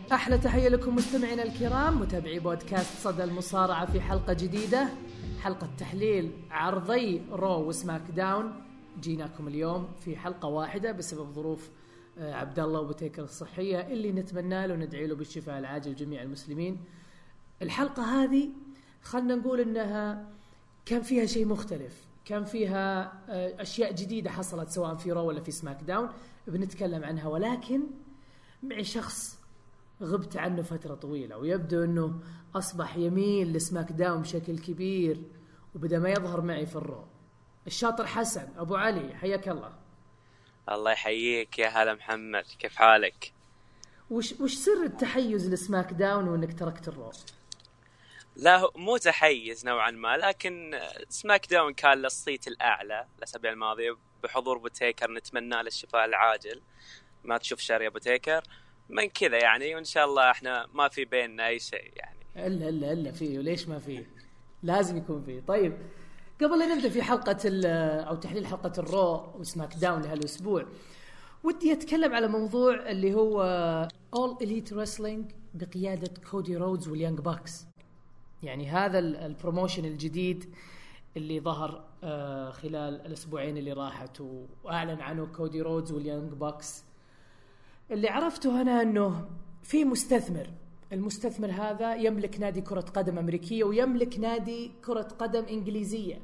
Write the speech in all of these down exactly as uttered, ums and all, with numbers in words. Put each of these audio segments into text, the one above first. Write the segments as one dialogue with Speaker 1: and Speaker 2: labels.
Speaker 1: أحلى تحية لكم مستمعينا الكرام، متابعي بودكاست صدى المصارعة في حلقة جديدة، حلقة تحليل عرضي رو وسماك داون. جيناكم اليوم في حلقة واحدة بسبب ظروف عبد الله وبتيكر الصحية اللي نتمنى له وندعي له بالشفاء العاجل جميع المسلمين. الحلقة هذه خلنا نقول إنها كان فيها شيء مختلف، كان فيها أشياء جديدة حصلت سواء في رو ولا في سماك داون بنتكلم عنها، ولكن معي شخص غبت عنه فترة طويلة ويبدو أنه أصبح يميل لسماك داون بشكل كبير وبدأ ما يظهر معي في الرو. الشاطر حسن أبو علي، حياك الله.
Speaker 2: الله يحييك يا هلا محمد، كيف حالك؟
Speaker 1: وش, وش سر التحيز لسماك داون وأنك تركت الرو؟
Speaker 2: لا مو تحيز نوعا ما، لكن سماك داون كان للصيت الأعلى الأسابيع الماضية بحضور بوتيكر، نتمنى له الشفاء العاجل. ما تشوف شر يا بوتيكر من كذا يعني، وإن شاء الله إحنا ما في بيننا أي شيء يعني.
Speaker 1: إلا إلا إلا فيه، وليش ما فيه؟ لازم يكون فيه. طيب قبل أن نبدأ في حلقة أو تحليل حلقة الرو وسماك داون لهالأسبوع، ودي أتكلم على موضوع اللي هو All Elite Wrestling بقيادة كودي رودز واليانج باكس. يعني هذا البروموشن الجديد اللي ظهر خلال الأسبوعين اللي راحت وأعلن عنه كودي رودز واليانج باكس. اللي عرفته أنا أنه في مستثمر، المستثمر هذا يملك نادي كرة قدم أمريكية ويملك نادي كرة قدم إنجليزية،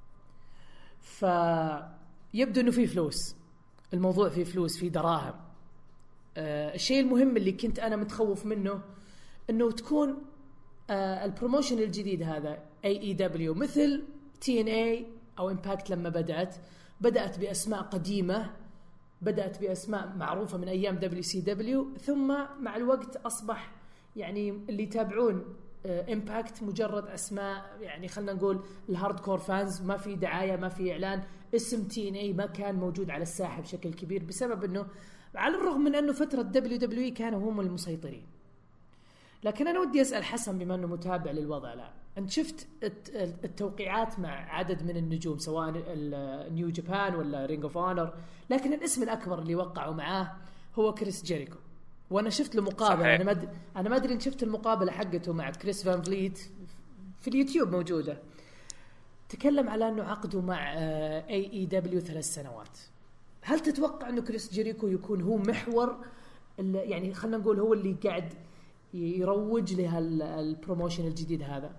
Speaker 1: فيبدو أنه في فلوس، الموضوع فيه فلوس، فيه دراهم. أه الشيء المهم اللي كنت أنا متخوف منه أنه تكون أه البروموشن الجديد هذا إيه إي دبليو مثل تي إن إيه أو إمباكت لما بدأت بدأت بأسماء قديمة، بدأت بأسماء معروفة من أيام دبليو سي دبليو، ثم مع الوقت أصبح يعني اللي يتابعون إمباكت مجرد أسماء، يعني خلنا نقول الهارد كور فانز، ما في دعاية ما في إعلان. اسم تي إن إيه ما كان موجود على الساحة بشكل كبير بسبب أنه على الرغم من أنه فترة دبليو دبليو إي كانوا هم المسيطرين. لكن أنا ودي أسأل حسن بما أنه متابع للوضع الآن، أنت شفت التوقيعات مع عدد من النجوم سواء نيو جابان ولا رينج اوف اونر، لكن الاسم الأكبر اللي وقعوا معاه هو كريس جيريكو، وأنا شفت له مقابلة. أنا ما أد... أنا ما أدري إن شفت المقابلة حقته مع كريس فان فليت في اليوتيوب موجودة. تكلم على أنه عقده مع إيه إي دبليو ثلاث سنوات. هل تتوقع أنه كريس جيريكو يكون هو محور اللي يعني خلنا نقول هو اللي قاعد يروج لها البروموشن الجديد هذا؟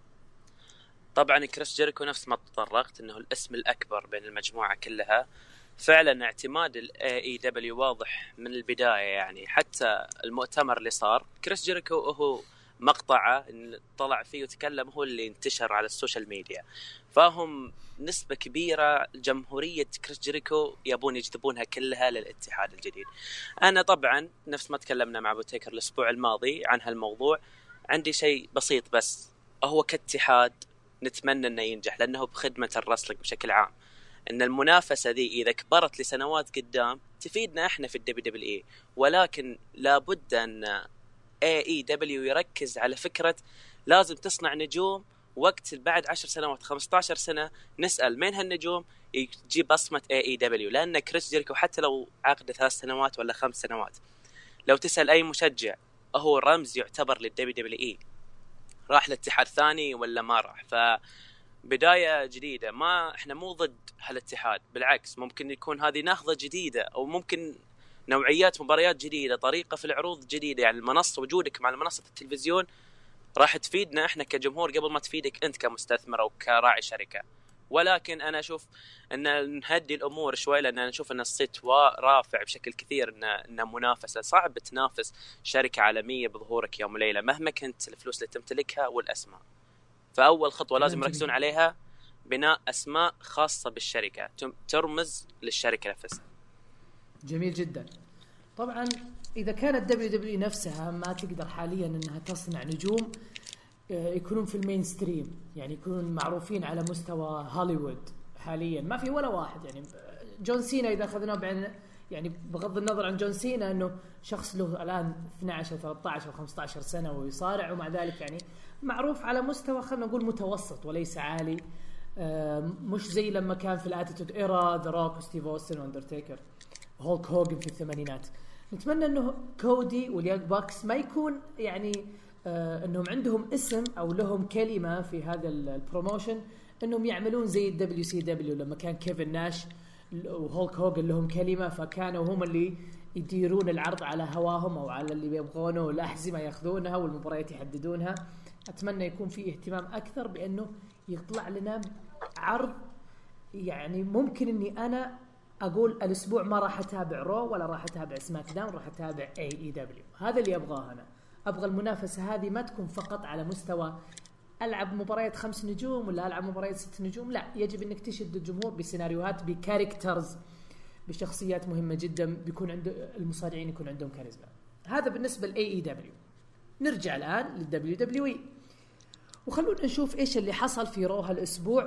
Speaker 2: طبعا كريس جيريكو نفس ما تطرقت انه الاسم الاكبر بين المجموعه كلها. فعلا اعتماد الاي اي دبليو واضح من البدايه، يعني حتى المؤتمر اللي صار كريس جيريكو هو مقطعه طلع فيه وتكلم هو اللي انتشر على السوشيال ميديا. فهم نسبه كبيره جمهوريه كريس جيريكو يبون يجذبونها كلها للاتحاد الجديد. انا طبعا نفس ما تكلمنا مع بوتيكر الاسبوع الماضي عن هالموضوع، عندي شيء بسيط بس، هو كاتحاد نتمنى انه ينجح لانه بخدمه الرسلينج بشكل عام. ان المنافسه ذي اذا كبرت لسنوات قدام تفيدنا احنا في الدبليو دبليو اي، ولكن لابد ان اي اي دبليو يركز على فكره لازم تصنع نجوم وقت بعد عشر سنوات خمسة عشر سنه نسال مين هالنجوم، يجيب بصمه اي اي دبليو. لان كريس جيريكو حتى لو عقد ثلاث سنوات ولا خمس سنوات، لو تسال اي مشجع هو رمز يعتبر للدبليو دبليو اي، راح لاتحاد ثاني ولا ما راح. فبداية جديدة، ما احنا مو ضد هالاتحاد، بالعكس ممكن يكون هذه نهضة جديدة، او ممكن نوعيات مباريات جديدة، طريقة في العروض جديدة. يعني المنصة، وجودك مع منصة التلفزيون راح تفيدنا احنا كجمهور قبل ما تفيدك انت كمستثمر او كراعي شركة. ولكن انا اشوف ان نهدي الامور شوي، لان انا اشوف ان الصيت رافع بشكل كثير، ان ان منافسه صعب تنافس شركه عالميه بظهورك يوم وليله مهما كنت الفلوس اللي تمتلكها والاسماء. فاول خطوه لازم يركزون عليها بناء اسماء خاصه بالشركه ترمز للشركه نفسها.
Speaker 1: جميل جدا. طبعا اذا كانت دبليو دبليو نفسها ما تقدر حاليا انها تصنع نجوم يكونون في المين ستريم، يعني يكونون معروفين على مستوى هوليوود، حاليا ما في ولا واحد. يعني جون سينا إذا أخذناه بعين، يعني بغض النظر عن جون سينا أنه شخص له الآن اثنا عشر ثلاثة عشر خمسة عشر سنة ويصارع، ومع ذلك يعني معروف على مستوى خلنا نقول متوسط وليس عالي، مش زي لما كان في الاتيتود إيرا ذا روك وستيف أوستن وأندرتيكر هولك هوجن في الثمانينات. نتمنى انه كودي واليانج باكس ما يكون يعني آه انهم عندهم اسم او لهم كلمه في هذا البروموشن، انهم يعملون زي الدبليو سي دبليو لما كان كيفن ناش وهولك هوجن لهم كلمه، فكانوا هم اللي يديرون العرض على هواهم او على اللي يبغونه، والاحزمه ياخذونها والمباريات يحددونها. اتمنى يكون في اهتمام اكثر بانه يطلع لنا عرض، يعني ممكن اني انا اقول الاسبوع ما راح اتابع رو ولا راح اتابع سماك داون، راح اتابع اي اي دبليو. هذا اللي ابغاه انا. ابغى المنافسه هذه ما تكون فقط على مستوى العب مباريات خمس نجوم ولا العب مباريات ست نجوم، لا، يجب انك تشد الجمهور بسيناريوهات، بكاركترز، بشخصيات مهمه جدا، بيكون عنده المصارعين يكون عندهم كاريزما. هذا بالنسبه لاي اي دبليو. نرجع الان للدبليو دبليو اي وخلونا نشوف ايش اللي حصل في رو هالاسبوع.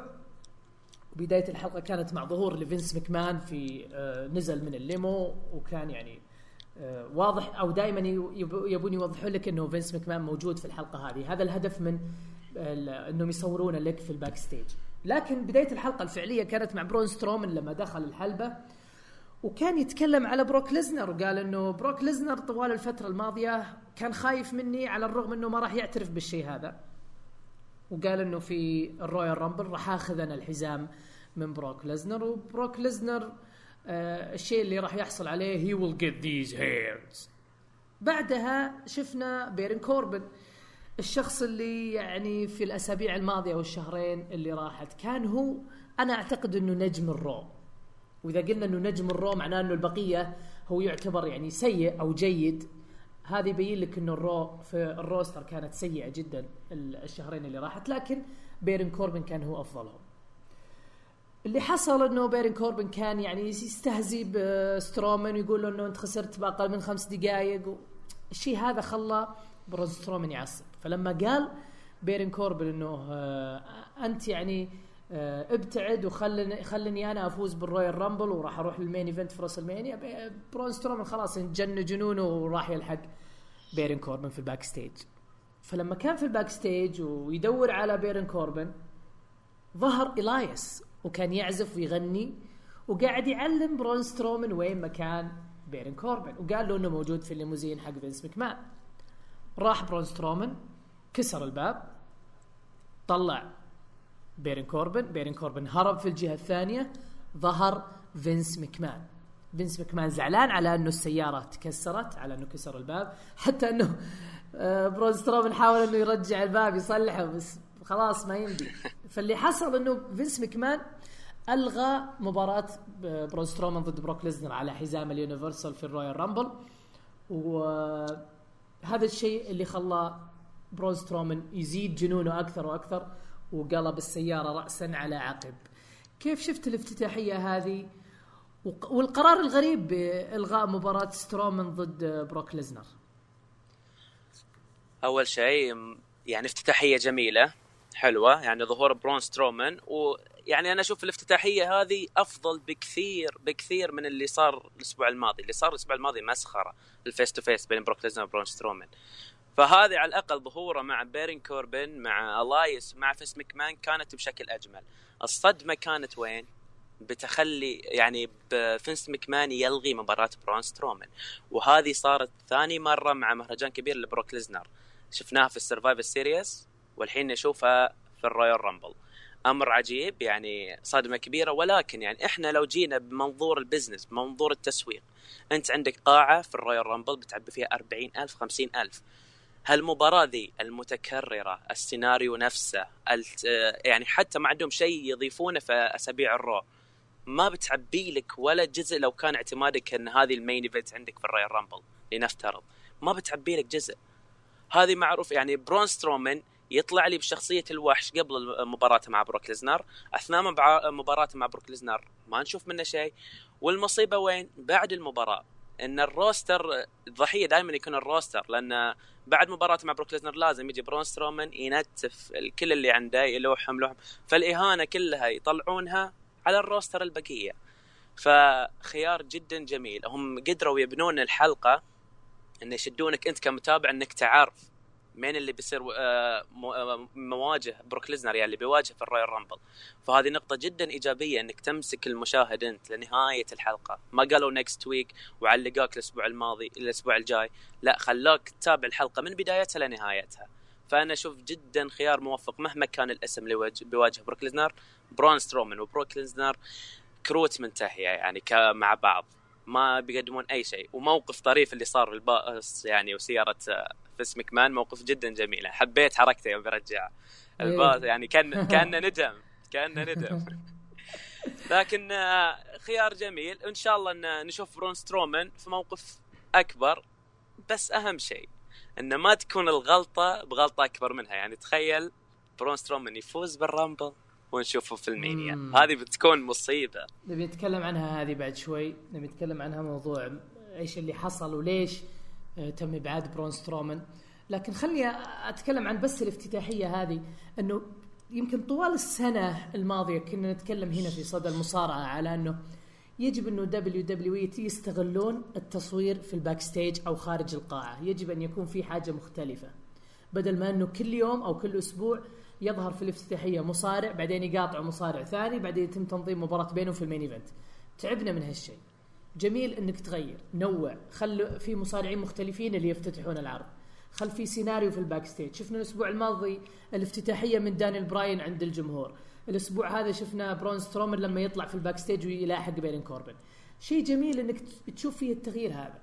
Speaker 1: بدايه الحلقه كانت مع ظهور لفينس مكمان في آه نزل من الليمو، وكان يعني آه واضح او دائما يبون يوضحوا لك انه فينس مكمان موجود في الحلقه هذه. هذا الهدف من انهم يصورون لك في الباك ستيج. لكن بدايه الحلقه الفعليه كانت مع برون سترومان لما دخل الحلبه، وكان يتكلم على بروك ليزنر، وقال انه بروك ليزنر طوال الفتره الماضيه كان خايف مني على الرغم انه ما راح يعترف بالشيء هذا، وقال انه في الرويال رامبل راح اخذ انا الحزام من بروك ليزنر. وبروك ليزنر آه الشيء اللي راح يحصل عليه he will get these hands. بعدها شفنا بيرن كوربن، الشخص اللي يعني في الأسابيع الماضية والشهرين اللي راحت كان هو، أنا أعتقد أنه نجم الرو. وإذا قلنا أنه نجم الرو معناه أنه البقية هو يعتبر يعني سيء أو جيد. هذا يبين لك أنه الرو في الروستر كانت سيئة جدا الشهرين اللي راحت، لكن بيرن كوربن كان هو أفضلهم. اللي حصل أنه بيرن كوربن كان يعني يستهزي بسترومان ويقول له أنه أنت خسرت بأقل من خمس دقائق. الشيء هذا خلى برون سترومان يعصب. فلما قال بيرن كوربن انه آه انت يعني آه ابتعد وخلني خلني انا افوز بالرويال رامبل وراح اروح للمين ايفنت في راس المانيا، برون سترومان خلاص انجن جنونه وراح يلحق بيرن كوربن في الباك ستيج. فلما كان في الباك ستيج ويدور على بيرن كوربن، ظهر إلايس وكان يعزف ويغني وقاعد يعلم برون سترومان وين مكان بيرن كوربن، وقال له انه موجود في الليموزين حق فينس مكمان. راح برون سترومان كسر الباب، طلع بيرن كوربن، بيرن كوربن هرب في الجهة الثانية، ظهر فينس مكمان. فينس مكمان زعلان على انه السيارة تكسرت، على انه كسر الباب، حتى انه برون سترومان حاول انه يرجع الباب يصلحه بس خلاص ما يمدي. فاللي حصل انه فينس مكمان الغى مباراة برون سترومان ضد بروك ليزنر على حزام اليونيفرسال في الرويال رامبل، وهذا الشيء اللي خلى برون سترومان يزيد جنونه اكثر واكثر، وقلب السيارة رأسا على عقب. كيف شفت الافتتاحية هذه والقرار الغريب بإلغاء مباراة سترومان ضد بروك ليزنر؟
Speaker 2: أول شيء يعني افتتاحية جميلة حلوة، يعني ظهور برون سترومان، ويعني أنا أشوف الافتتاحية هذه أفضل بكثير بكثير من اللي صار الأسبوع الماضي. اللي صار الأسبوع الماضي مسخرة، الفيس تو فيس بين بروك ليزنر وبرون سترومان. فهذه على الأقل ظهوره مع بيرن كوربن مع ألايس مع فيس مكمان كانت بشكل أجمل. الصدمة كانت وين؟ بتخلي يعني بفينس مكمان يلغي مباراة برون سترومان، وهذه صارت ثاني مرة مع مهرجان كبير لبروك ليزنر. شفناها في السرفايفر سيريس والحين نشوفها في الرويال رامبل. أمر عجيب، يعني صدمة كبيرة. ولكن يعني إحنا لو جينا بمنظور البزنس بمنظور التسويق، أنت عندك قاعة في الرويال رامبل بتعبي فيها أربعين ألف خمسين ألف. هالمباراة ذي المتكررة، السيناريو نفسه، يعني حتى ما عندهم شيء يضيفونه في أسابيع الرو، ما بتعبي لك ولا جزء. لو كان اعتمادك أن هذه المين ايفنت عندك في الرويال رامبل لنفترض، ما بتعبي لك جزء. هذه معروف. يعني برون سترومان يطلع لي بشخصية الوحش قبل المباراة مع بروك ليزنر، أثناء مباراة مع بروك ليزنر ما نشوف منه شيء. والمصيبة وين؟ بعد المباراة، إن الروستر الضحية دائما يكون الروستر، لأن بعد مباراة مع بروك ليزنر لازم يجي برون سترومان ينتف الكل اللي عنده، يلوحهم لوحهم، فالإهانة كلها يطلعونها على الروستر البقية. فخيار جدا جميل. هم قدروا يبنون الحلقة إن يشدونك أنت كمتابع إنك تعرف مين اللي بيصير مواجه بروك ليزنر يعني اللي بيواجه في الرويال رامبل. فهذه نقطة جدا إيجابية إنك تمسك المشاهد أنت لنهاية الحلقة. ما قالوا نيكست ويك وعلقاك الأسبوع الماضي الأسبوع الجاي، لا خلاك تتابع الحلقة من بدايتها لنهايتها. فأنا أشوف جدا خيار موفق مهما كان الاسم اللي بيواجه بروك ليزنر. برون سترومان وبروك ليزنر كروت منتهية يعني مع بعض، ما بيقدمون أي شيء. وموقف طريف اللي صار الباص يعني وسيارة فينس ماكمان موقف جدا جميل، حبيت حركته يوم برجع الباص يعني كان كأنه ندم كأنه ندم لكن خيار جميل. إن شاء الله إن نشوف برون سترومان في موقف أكبر، بس أهم شيء إن ما تكون الغلطة بغلطة أكبر منها. يعني تخيل برون سترومان يفوز بالرامبل ونشوفه في المانيا، هذه بتكون مصيبة.
Speaker 1: نبي نتكلم عنها هذه بعد شوي، نبي نتكلم عنها موضوع إيش اللي حصل وليش تم إبعاد برون سترومان. لكن خلي أتكلم عن بس الافتتاحية هذه، أنه يمكن طوال السنة الماضية كنا نتكلم هنا في صدى المصارعة على أنه يجب أنه دبليو دبليو إي يستغلون التصوير في الباك ستيج أو خارج القاعة. يجب أن يكون في حاجة مختلفة، بدل ما أنه كل يوم أو كل أسبوع يظهر في الافتتاحية مصارع بعدين يقاطع مصارع ثاني بعدين يتم تنظيم مباراة بينهم في المين إيفنت. تعبنا من هالشيء. جميل أنك تغير، نوع، خل في مصارعين مختلفين اللي يفتتحون العرض، خل في سيناريو في الباك ستيج. شفنا الأسبوع الماضي الافتتاحية من دانيال براين عند الجمهور، الأسبوع هذا شفنا برون سترومان لما يطلع في الباك ستيج ويلاحق بين كوربن. شيء جميل أنك تشوف فيه التغيير هذا.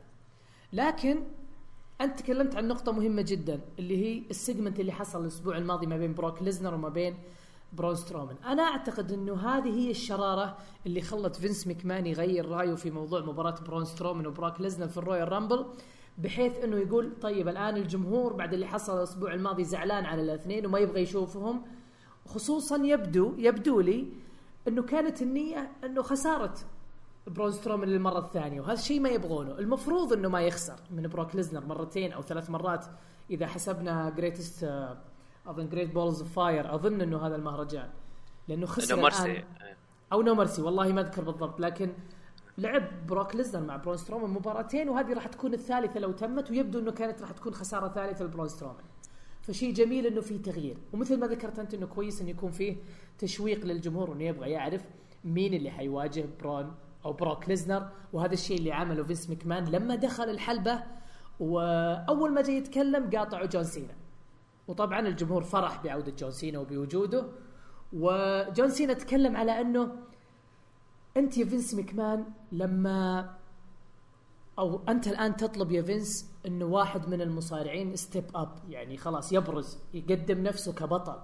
Speaker 1: لكن أنت تكلمت عن نقطة مهمة جدا اللي هي السيجمنت اللي حصل الأسبوع الماضي ما بين بروك ليزنر وما بين برون سترومان. أنا أعتقد أنه هذه هي الشرارة اللي خلت فينس ماكمان يغير رأيه في موضوع مباراة برون سترومان وبروك ليزنر في الرويال رامبل، بحيث أنه يقول طيب الآن الجمهور بعد اللي حصل الأسبوع الماضي زعلان على الاثنين وما يبغى يشوفهم. خصوصا يبدو يبدو لي أنه كانت النية أنه خسارة برون سترومان للمرة الثانية، وهذا الشيء ما يبغونه. المفروض أنه ما يخسر من بروك ليزنر مرتين أو ثلاث مرات إذا حسبنا جريتست أظن جريت بولز اوف فاير، أظن أنه هذا المهرجان، لأنه خسر الآن أو نو مرسي والله ما أذكر بالضبط. لكن لعب بروك ليزنر مع برون سترومان مباراتين وهذه راح تكون الثالثة لو تمت، ويبدو أنه كانت راح تكون خسارة ثالثة لبرون سترومان. فشيء جميل أنه فيه تغيير، ومثل ما ذكرت أنت أنه كويس أن يكون فيه تشويق للجمهور وأنه يبغى يعرف مين اللي حيواجه برون أو بروك ليزنر. وهذا الشيء اللي عمله فينس ماكمان لما دخل الحلبة وأول ما جاي يتكلم قاطعوا جون سينا، وطبعا الجمهور فرح بعودة جون سينا وبوجوده. وجون سينا تكلم على أنه أنت يا فينس ماكمان لما أو أنت الآن تطلب يا فينس أنه واحد من المصارعين ستيب أب، يعني خلاص يبرز يقدم نفسه كبطل.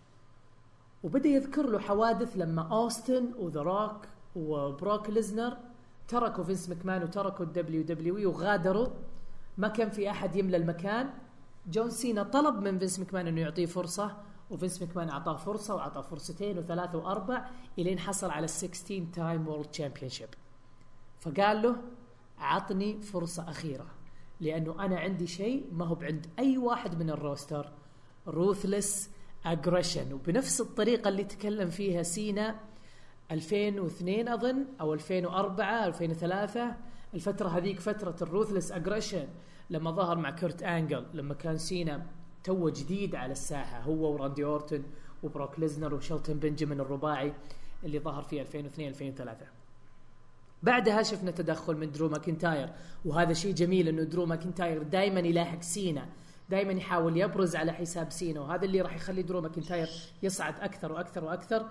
Speaker 1: وبدأ يذكر له حوادث لما أوستن وذا روك وبروك ليزنر تركوا فينس ماكمان وتركوا الدبليو دبليو اي وغادروا، ما كان في أحد يملى المكان. جون سينا طلب من فينس ماكمان أنه يعطيه فرصة، وفينس ماكمان أعطاه فرصة وأعطاه فرصتين وثلاثة وأربع إلين حصل على الستاشر تايم وورلد تشامبيونشيب. فقال له عطني فرصة أخيرة لأنه أنا عندي شيء ما هو بعند أي واحد من الروستر، روثلس أجريشن. وبنفس الطريقة اللي تكلم فيها سينا ألفين واثنين أظن أو ألفين وأربعة ألفين وثلاثة، الفترة هذيك فترة الروثلس أجريشن لما ظهر مع كورت أنجل، لما كان سينا تو جديد على الساحة هو وراندي أورتون وبروك ليزنر وشيلتون بنجامين الرباعي اللي ظهر في ألفين واثنين ألفين وثلاثة. بعدها شفنا تدخل من درو ماكنتاير، وهذا شيء جميل انه درو ماكنتاير دائما يلاحق سينا، دائما يحاول يبرز على حساب سينا، وهذا اللي راح يخلي درو ماكنتاير يصعد اكثر واكثر واكثر.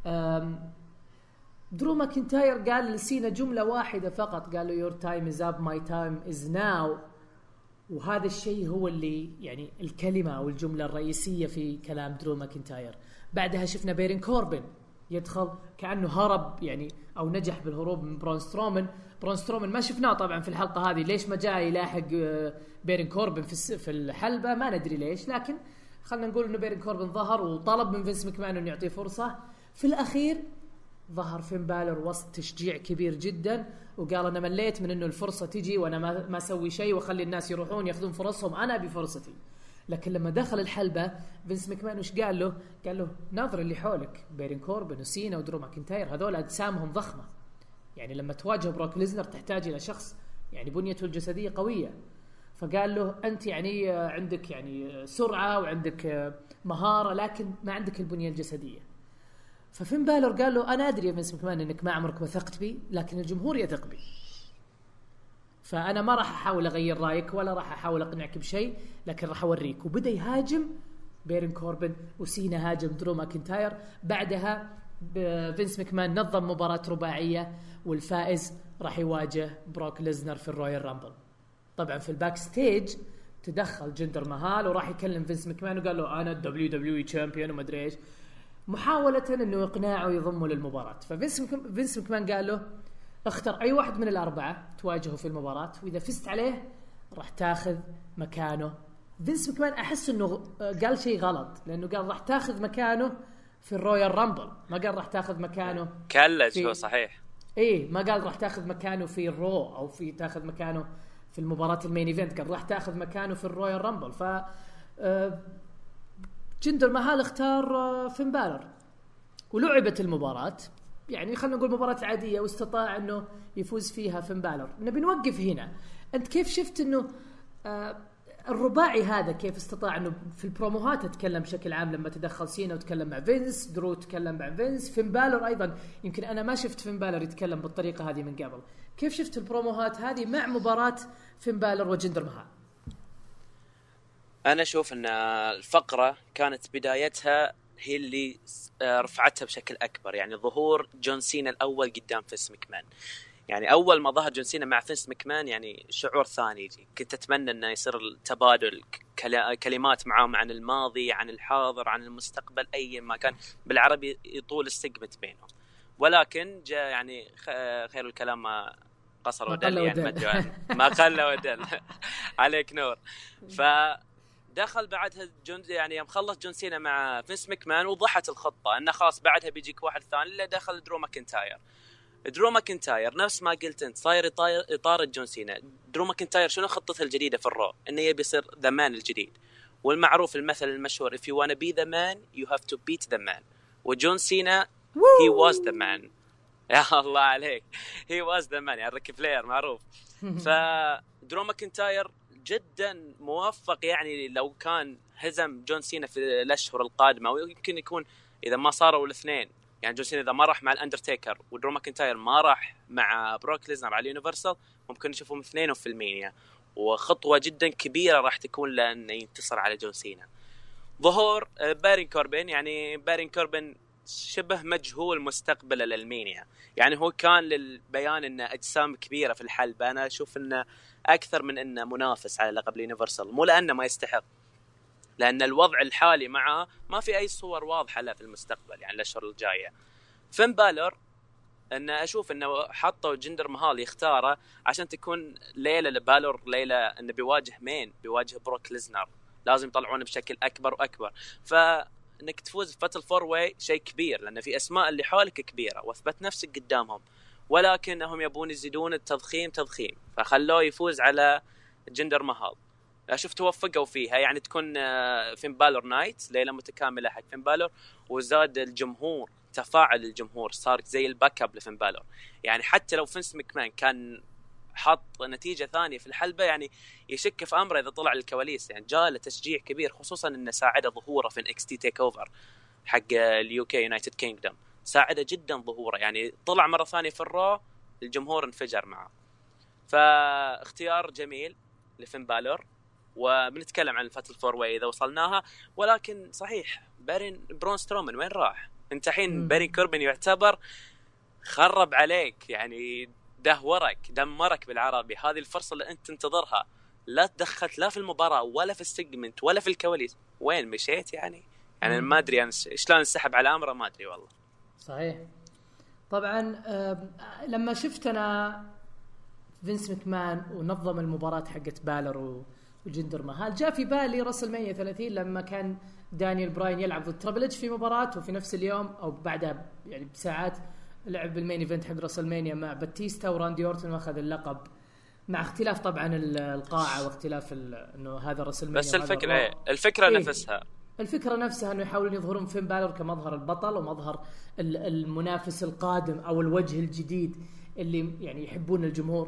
Speaker 1: درو ماكنتاير قال لسينا جملة واحدة فقط، قال له your time is up my time is now، وهذا الشيء هو اللي يعني الكلمة أو الجملة الرئيسية في كلام درو ماكنتاير. بعدها شفنا بيرين كوربن يدخل كأنه هرب يعني أو نجح بالهروب من برون سترومان. برون سترومان ما شفناه طبعا في الحلقة هذه، ليش ما جاء يلاحق بيرين كوربن في في الحلبة ما ندري ليش، لكن خلنا نقول إنه بيرين كوربن ظهر وطلب من فينس ماكمان إنه يعطيه فرصة. في الأخير ظهر فين بالر وسط تشجيع كبير جدا وقال أنا مليت من إنه الفرصة تجي وأنا ما ما أسوي شيء وأخلي الناس يروحون يأخذون فرصهم، أنا بفرصتي. لكن لما دخل الحلبة فينس ماكمان وش قال له؟ قال له ناظر اللي حولك بيرين كوربن وسينا ودرو ماكنتاير هذول أجسامهم ضخمة، يعني لما تواجه بروك ليزنر تحتاج إلى شخص يعني بنيته الجسدية قوية. فقال له انت يعني عندك يعني سرعه وعندك مهاره لكن ما عندك البنيه الجسديه. ففين بالور قال له انا ادري يا فينس ماكمان انك ما عمرك وثقت بي لكن الجمهور يثق بي، فانا ما راح احاول اغير رايك ولا راح احاول اقنعك بشيء لكن راح اوريك. وبدا يهاجم بيرن كوربن وسينا هاجم درو ماكنتاير. بعدها فينس ماكمان نظم مباراة رباعية والفائز راح يواجه بروك ليزنر في الرويال رامبل. طبعا في الباك ستيج تدخل جندر مهال وراح يكلم فينس ماكمان وقال له انا الدبليو دبليو اي تشامبيون وما ادري ايش، محاولة انه يقنعه ويضمه للمباراة. ففينس فينس ماكمان قال له اختر اي واحد من الاربعة تواجهه في المباراة واذا فزت عليه راح تاخذ مكانه. فينس ماكمان احس انه قال شيء غلط لانه قال راح تاخذ مكانه في الرويال رامبل، ما قال راح تاخذ مكانه
Speaker 2: كلج هو صحيح
Speaker 1: ايه، ما قال راح تاخذ مكانه في الرو او في تاخذ مكانه في المباراة المين ايفنت، قال راح تاخذ مكانه في الرويال رامبل. ف جندر مهال اختار فين بالر ولعبت المباراة، يعني خلينا نقول مباراة عادية واستطاع انه يفوز فيها فين بالر. نبي نوقف هنا، انت كيف شفت انه آه الرباعي هذا كيف استطاع انه في البروموهات اتكلم بشكل عام لما تدخل سينا وتكلم مع فينس، درو تكلم مع فينس، فين بالر ايضا يمكن انا ما شفت فين بالر يتكلم بالطريقة هذه من قبل. كيف شفت البروموهات هذه مع مباراة فين بالر وجندر مهال؟
Speaker 2: انا اشوف ان الفقرة كانت بدايتها هي اللي رفعتها بشكل اكبر، يعني ظهور جون سينا الاول قدام فينس ماكمان. يعني اول ما ظهر جون سينا مع فينس ماكمان يعني شعور ثاني يجي. كنت اتمنى انه يصير التبادل كلمات معاهم عن الماضي عن الحاضر عن المستقبل اي ما كان، بالعربي يطول السجمنت بينهم، ولكن جاء يعني خير الكلام ما قصر ودل، يعني ما ما قل ودل عليك نور. ف دخل بعدها جون يعني يوم خلص جون سينا مع فينس ماكمان وضحت الخطة انه خلاص بعدها بيجيك واحد ثاني، اللي دخل درو ماكنتاير. درو ماكنتاير نفس ما قلت انت صاير اطار جون سينا. درو ماكنتاير شنو خطته الجديدة في الرو؟ انه يبي يصير ذا مان الجديد، والمعروف المثل المشهور if you wanna be the man you have to beat the man. وجون سينا he was the man. يا الله عليك he was the man، يعني ريك فلير معروف. فدرو ماكنتاير جدا موفق، يعني لو كان هزم جون سينا في الاشهر القادمه ويمكن يكون اذا ما صاروا الاثنين، يعني جون سينا اذا ما راح مع الاندرتيكر ودرو ماكنتاير ما راح مع بروك ليزنر على اليونيفرسال، ممكن نشوفهم اثنين في المانيا، وخطوه جدا كبيره راح تكون لانه ينتصر على جون سينا. ظهور بارين كوربن، يعني بارين كوربن شبه مجهول مستقبله للمانيا، يعني هو كان للبيان انه اجسام كبيره في الحلبه، انا اشوف انه اكثر من انه منافس على لقب اليونيفرسال، مو لانه ما يستحق، لان الوضع الحالي معه ما في اي صور واضحه له في المستقبل يعني الاشهر الجايه. فين بالور انه اشوف انه حطوا جندر مهال يختاره عشان تكون ليله لبالور، ليله انه بيواجه مين، بيواجه بروك ليزنر، لازم يطلعونه بشكل اكبر واكبر. فانك تفوز بفتل فور واي شيء كبير، لان في اسماء اللي حولك كبيره واثبت نفسك قدامهم، ولكنهم يبون يزيدون التضخيم تضخيم، فخلوه يفوز على جندر مهال. شفت توفقوا فيها، يعني تكون فين بالور نايت، ليله متكامله حق فين بالور، وزاد الجمهور، تفاعل الجمهور صار زي الباك اب لفين بالور. يعني حتى لو فينس ماكمان كان حط نتيجه ثانيه في الحلبه يعني يشك في امره اذا طلع للكواليس، يعني جاء له تشجيع كبير، خصوصا انه ساعده ظهوره في اكس تي تيك اوفر حق اليو كي يونايتد كينجدم، ساعده جدا ظهوره، يعني طلع مره ثانيه في الرو الجمهور انفجر معه. فاختيار جميل لفين بالور، وبنتكلم عن الفتل فور واي اذا وصلناها. ولكن صحيح بارين برون سترومان وين راح؟ انت الحين بارين كوربن يعتبر خرب عليك، يعني دهورك دمرك بالعربي. هذه الفرصه اللي انت تنتظرها لا تدخلت لا في المباراه ولا في السيجمنت ولا في الكواليس، وين مشيت؟ يعني يعني ما ادري انا شلون انسحب على امره، ما ادري والله.
Speaker 1: صحيح. طبعا لما شفت انا فينس ماكمان ونظم المباراة حقت بالر وجندر مهال، جاء في بالي راسل مانيا ثلاثين لما كان دانيال براين يلعب ضد تريبل اتش في مباراة، وفي نفس اليوم او بعدها يعني بساعات لعب بالمين ايفنت حق راسل مانيا مع باتيستا وراندي اورتون واخذ اللقب، مع اختلاف طبعا القاعة واختلاف انه هذا راسل مانيا.
Speaker 2: بس الفكرة ايه الفكرة إيه؟ نفسها
Speaker 1: الفكرة نفسها انه يحاولون يظهرون فين بالور كمظهر البطل ومظهر المنافس القادم او الوجه الجديد اللي يعني يحبون الجمهور.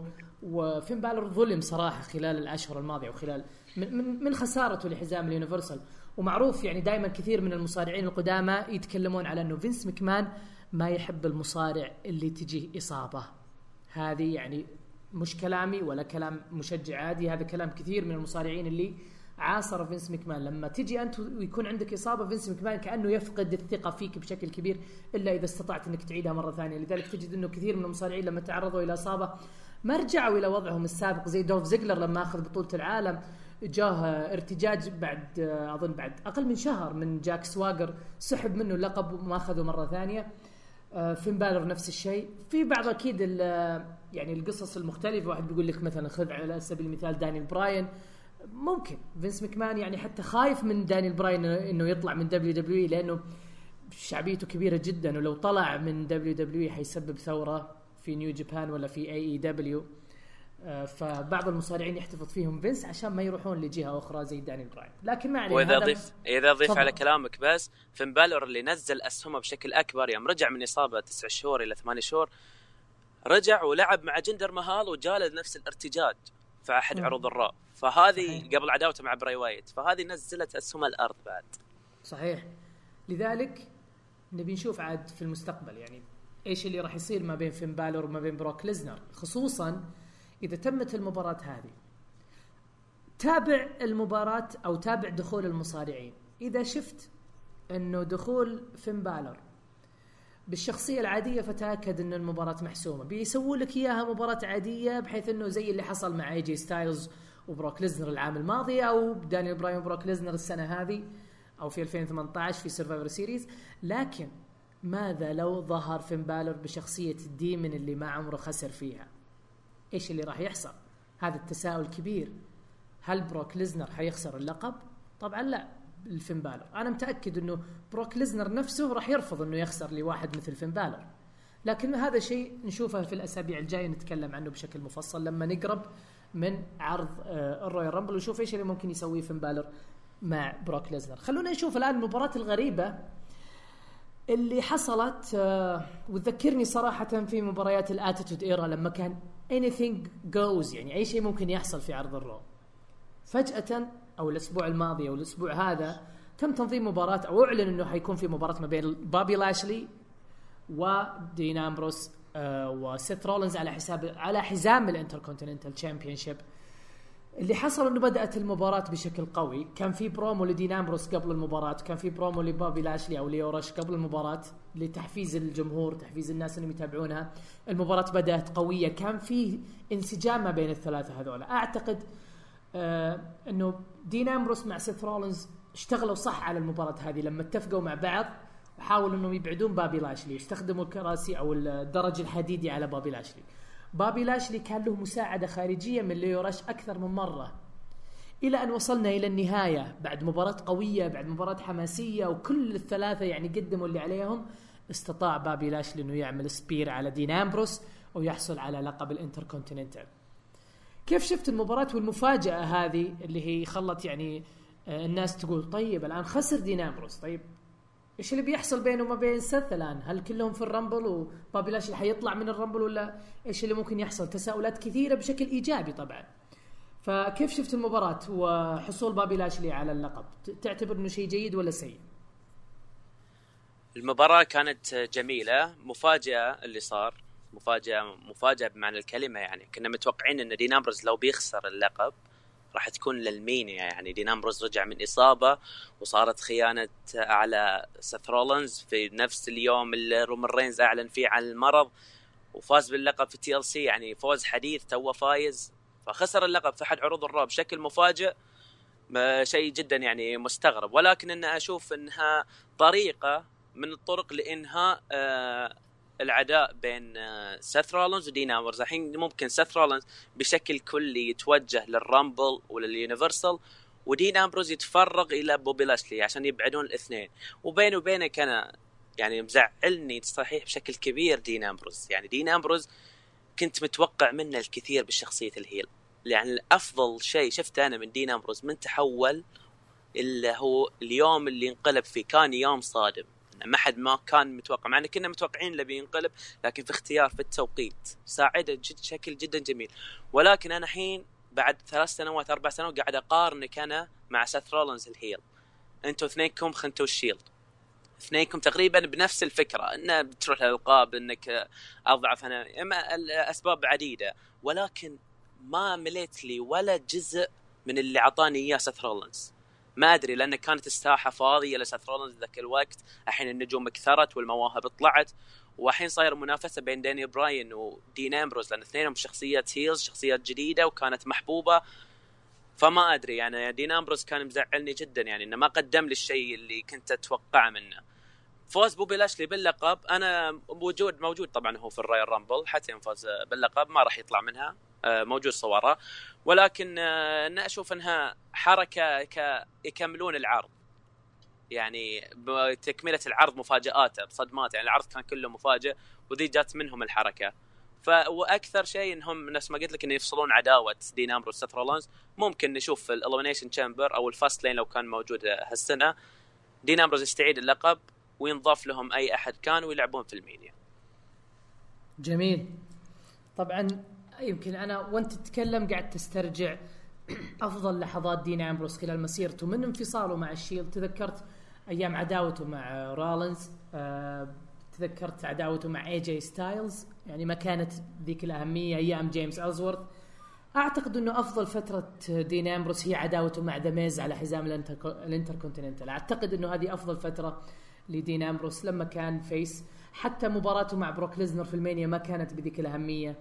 Speaker 1: وفين بالور ظلم صراحة خلال الأشهر الماضية وخلال من من, من خسارته لحزام اليونيفرسال. ومعروف يعني دائما كثير من المصارعين القدامى يتكلمون على أنه فينس مكمان ما يحب المصارع اللي تجيه إصابة. هذه يعني مش كلامي ولا كلام مشجع عادي، هذا كلام كثير من المصارعين اللي عاصر فينس مكمان. لما تجي أنت ويكون عندك إصابة، فينس مكمان كأنه يفقد الثقة فيك بشكل كبير إلا إذا استطعت أنك تعيدها مرة ثانية. لذلك تجد أنه كثير من المصارعين لما تعرضوا إلى إصابة ما رجعوا إلى وضعهم السابق، زي دوف زيجلر لما أخذ بطولة العالم جاه ارتجاج بعد أظن بعد أقل من شهر من جاك سواغر، سحب منه اللقب وما أخذه مرة ثانية. فين بالور نفس الشيء. في بعض أكيد يعني القصص المختلفة، واحد بيقول لك مثلا خذ على سبيل المثال دانيال براين، ممكن فينس مكمان يعني حتى خايف من دانيال براين إنه يطلع من دبليو دبليو إي لأنه شعبيته كبيرة جدا، ولو طلع من دبليو دبليو إي حيسبب ثورة في نيو جابان ولا في اي اي دبليو. فبعض المصارعين يحتفظ فيهم فينس عشان ما يروحون لجهة أخرى زي دانيال براين. لكن ما عليه.
Speaker 2: وإذا ضيف إذا ضيف على كلامك بس، فين بالور اللي نزل أسهمه بشكل أكبر يوم رجع من إصابة تسع شهور إلى ثمانية شهور، رجع ولعب مع جندر مهال وجاله نفس الارتجاج في أحد م. عروض الرا، فهذه صحيح. قبل عداوته مع براي وايت، فهذه نزلت أسهم الأرض بعد.
Speaker 1: صحيح. لذلك نبي نشوف عاد في المستقبل يعني إيش اللي راح يصير ما بين فين بالور وما بين بروك ليزنر، خصوصا إذا تمت المباراة هذه. تابع المباراة أو تابع دخول المصارعين. إذا شفت أنه دخول فين بالور بالشخصية العادية فتأكد أن المباراة محسومة. بيسووا لك إياها مباراة عادية بحيث أنه زي اللي حصل مع اي جي ستايلز وبروك ليزنر العام الماضي، أو دانيال براين وبروك ليزنر السنة هذه، أو في ألفين وثمانية عشر في سيرفايفر سيريز. لكن ماذا لو ظهر فين بالور بشخصية الديمن اللي ما عمره خسر فيها؟ إيش اللي راح يحصل؟ هذا التساؤل كبير. هل بروك ليزنر حيخسر اللقب؟ طبعا لا، الفين بالور. أنا متأكد أنه بروك ليزنر نفسه راح يرفض أنه يخسر لواحد مثل فين بالور. لكن هذا شيء نشوفه في الأسابيع الجاية، نتكلم عنه بشكل مفصل لما نقرب من عرض الرويال رامبل ونشوف إيش اللي ممكن يسويه فين بالور مع بروك ليزنر. خلونا نشوف الآن المباراة الغريبة اللي حصلت وتذكرني صراحة في مباريات الاتيتود ايرا لما كان anything goes، يعني أي شيء ممكن يحصل في عرض الرو. فجأة أو الأسبوع الماضي أو الأسبوع هذا تم تنظيم مباراة أو أعلن أنه حيكون في مباراة ما بين بابي لاشلي ودين أمبروس آه وسيث رولينز على حساب على حزام الانتركونتيننتال تشامبيونشيب. اللي حصل انه بدأت المباراة بشكل قوي. كان في برومو لدين أمبروس قبل المباراة، كان في برومو لبابي لاشلي او ليورش قبل المباراة لتحفيز الجمهور، تحفيز الناس اللي يتابعونها. المباراة بدأت قوية، كان في انسجام ما بين الثلاثة هذول. اعتقد آه انه دين أمبروس مع سيث رولينز اشتغلوا صح على المباراة هذه لما اتفقوا مع بعض وحاولوا انهم يبعدون بابي لاشلي، استخدموا الكراسي او الدرج الحديدي على بابي لاشلي. بابي لاشلي كان له مساعدة خارجية من ليورش أكثر من مرة، إلى أن وصلنا إلى النهاية بعد مباراة قوية، بعد مباراة حماسية، وكل الثلاثة يعني قدموا اللي عليهم. استطاع بابي لاشلي أنه يعمل سبير على دين أمبروس ويحصل على لقب الانتركونتيننتال. كيف شفت المباراة والمفاجأة هذه اللي هي خلت يعني الناس تقول طيب الآن خسر دين أمبروس، طيب إيش اللي بيحصل بينه وما بين سيث الآن؟ هل كلهم في الرامبل وبابي لاشلي حيطلع من الرامبل ولا إيش اللي ممكن يحصل؟ تساؤلات كثيرة بشكل إيجابي طبعا. فكيف شفت المباراة وحصول بابي لاشلي على اللقب؟ تعتبر إنه شيء جيد ولا سيء؟
Speaker 2: المباراة كانت جميلة، مفاجأة اللي صار، مفاجأة مفاجأة بمعنى الكلمة. يعني كنا متوقعين إن دين أمبروز لو بيخسر اللقب راح تكون للمينيا. يعني دين أمبروز رجع من إصابة وصارت خيانة على سيث رولينز في نفس اليوم اللي رومان رينز أعلن فيه عن المرض، وفاز باللقب في تي ال سي، يعني فوز حديث توه فايز، فخسر اللقب في أحد عروض الرو بشكل مفاجئ. شيء جدا يعني مستغرب، ولكن أنا أشوف أنها طريقة من الطرق لإنهاء آه العداء بين سيث رولينز ودين أمبروز. الحين ممكن سيث رولينز بشكل كلي يتوجه للرامبل ولليونيفرسال، ودين أمبروز يتفرغ إلى بوبي لاشلي عشان يبعدون الاثنين. وبينه وبينك أنا يعني مزعلني صحيح بشكل كبير دين أمبروز. يعني دين أمبروز كنت متوقع منه الكثير بالشخصية الهيل. يعني أفضل شيء شفته أنا من دين أمبروز من تحول اللي هو اليوم اللي انقلب فيه كان يوم صادم. ما حد ما كان متوقع، مع ان كنا متوقعين اللي بينقلب، لكن في اختيار في التوقيت ساعده جد شكل جدا جميل. ولكن انا الحين بعد ثلاث سنوات اربع سنوات قاعد اقارنك انا مع سيث رولينز الهيل. انتوا اثنينكم خنتوا الشيلد، اثنينكم تقريبا بنفس الفكره، انه بتروح للالقاب، انك اضعف. انا اما الاسباب عديده، ولكن ما مليت لي ولا جزء من اللي عطاني اياه سيث رولينز. ما ادري، لان كانت الساحه فاضيه لسيث رولينز ذاك الوقت. الحين النجوم كثرت والمواهب طلعت، والحين صاير منافسه بين داني براين ودين امبروز، لان اثنينهم شخصيات هيلز، شخصيات جديده وكانت محبوبه. فما ادري يعني دين امبروز كان مزعلني جدا، يعني انه ما قدم لي الشيء اللي كنت اتوقعه منه. فوز بوبي لاشلي باللقب، انا موجود موجود طبعا هو في الرايال رامبل، حتى ينفوز باللقب ما راح يطلع منها، موجود صوره. ولكن انا اشوف انها حركه ك يكملون العرض، يعني بتكمله العرض مفاجآت صدمات، يعني العرض كان كله مفاجئ وذي جات منهم الحركه. فاكثر شيء انهم نفس ما قلت لك انه يفصلون عداوه دين امبروز وسيث رولينز. ممكن نشوف في الاليمينيشن تشامبر او الفاست لين لو كان موجود هالسنه دين امبروز يستعيد اللقب وينضاف لهم اي احد كان ويلعبون في المينيا.
Speaker 1: جميل. طبعا يمكن انا وانت تتكلم قاعد تسترجع افضل لحظات دين امبروز خلال مسيرته من انفصاله مع الشيلد. تذكرت ايام عداوته مع رولينز، أه تذكرت عداوته مع اي جي ستايلز، يعني ما كانت ذيك الاهميه ايام جيمس ألزورث. اعتقد انه افضل فتره دين امبروز هي عداوته مع ذا ميز على حزام الانتر كونتيننتال. اعتقد انه هذه افضل فتره لدين امبروز لما كان فيس. حتى مباراته مع بروك ليزنر في المانيا ما كانت بذيك الاهميه.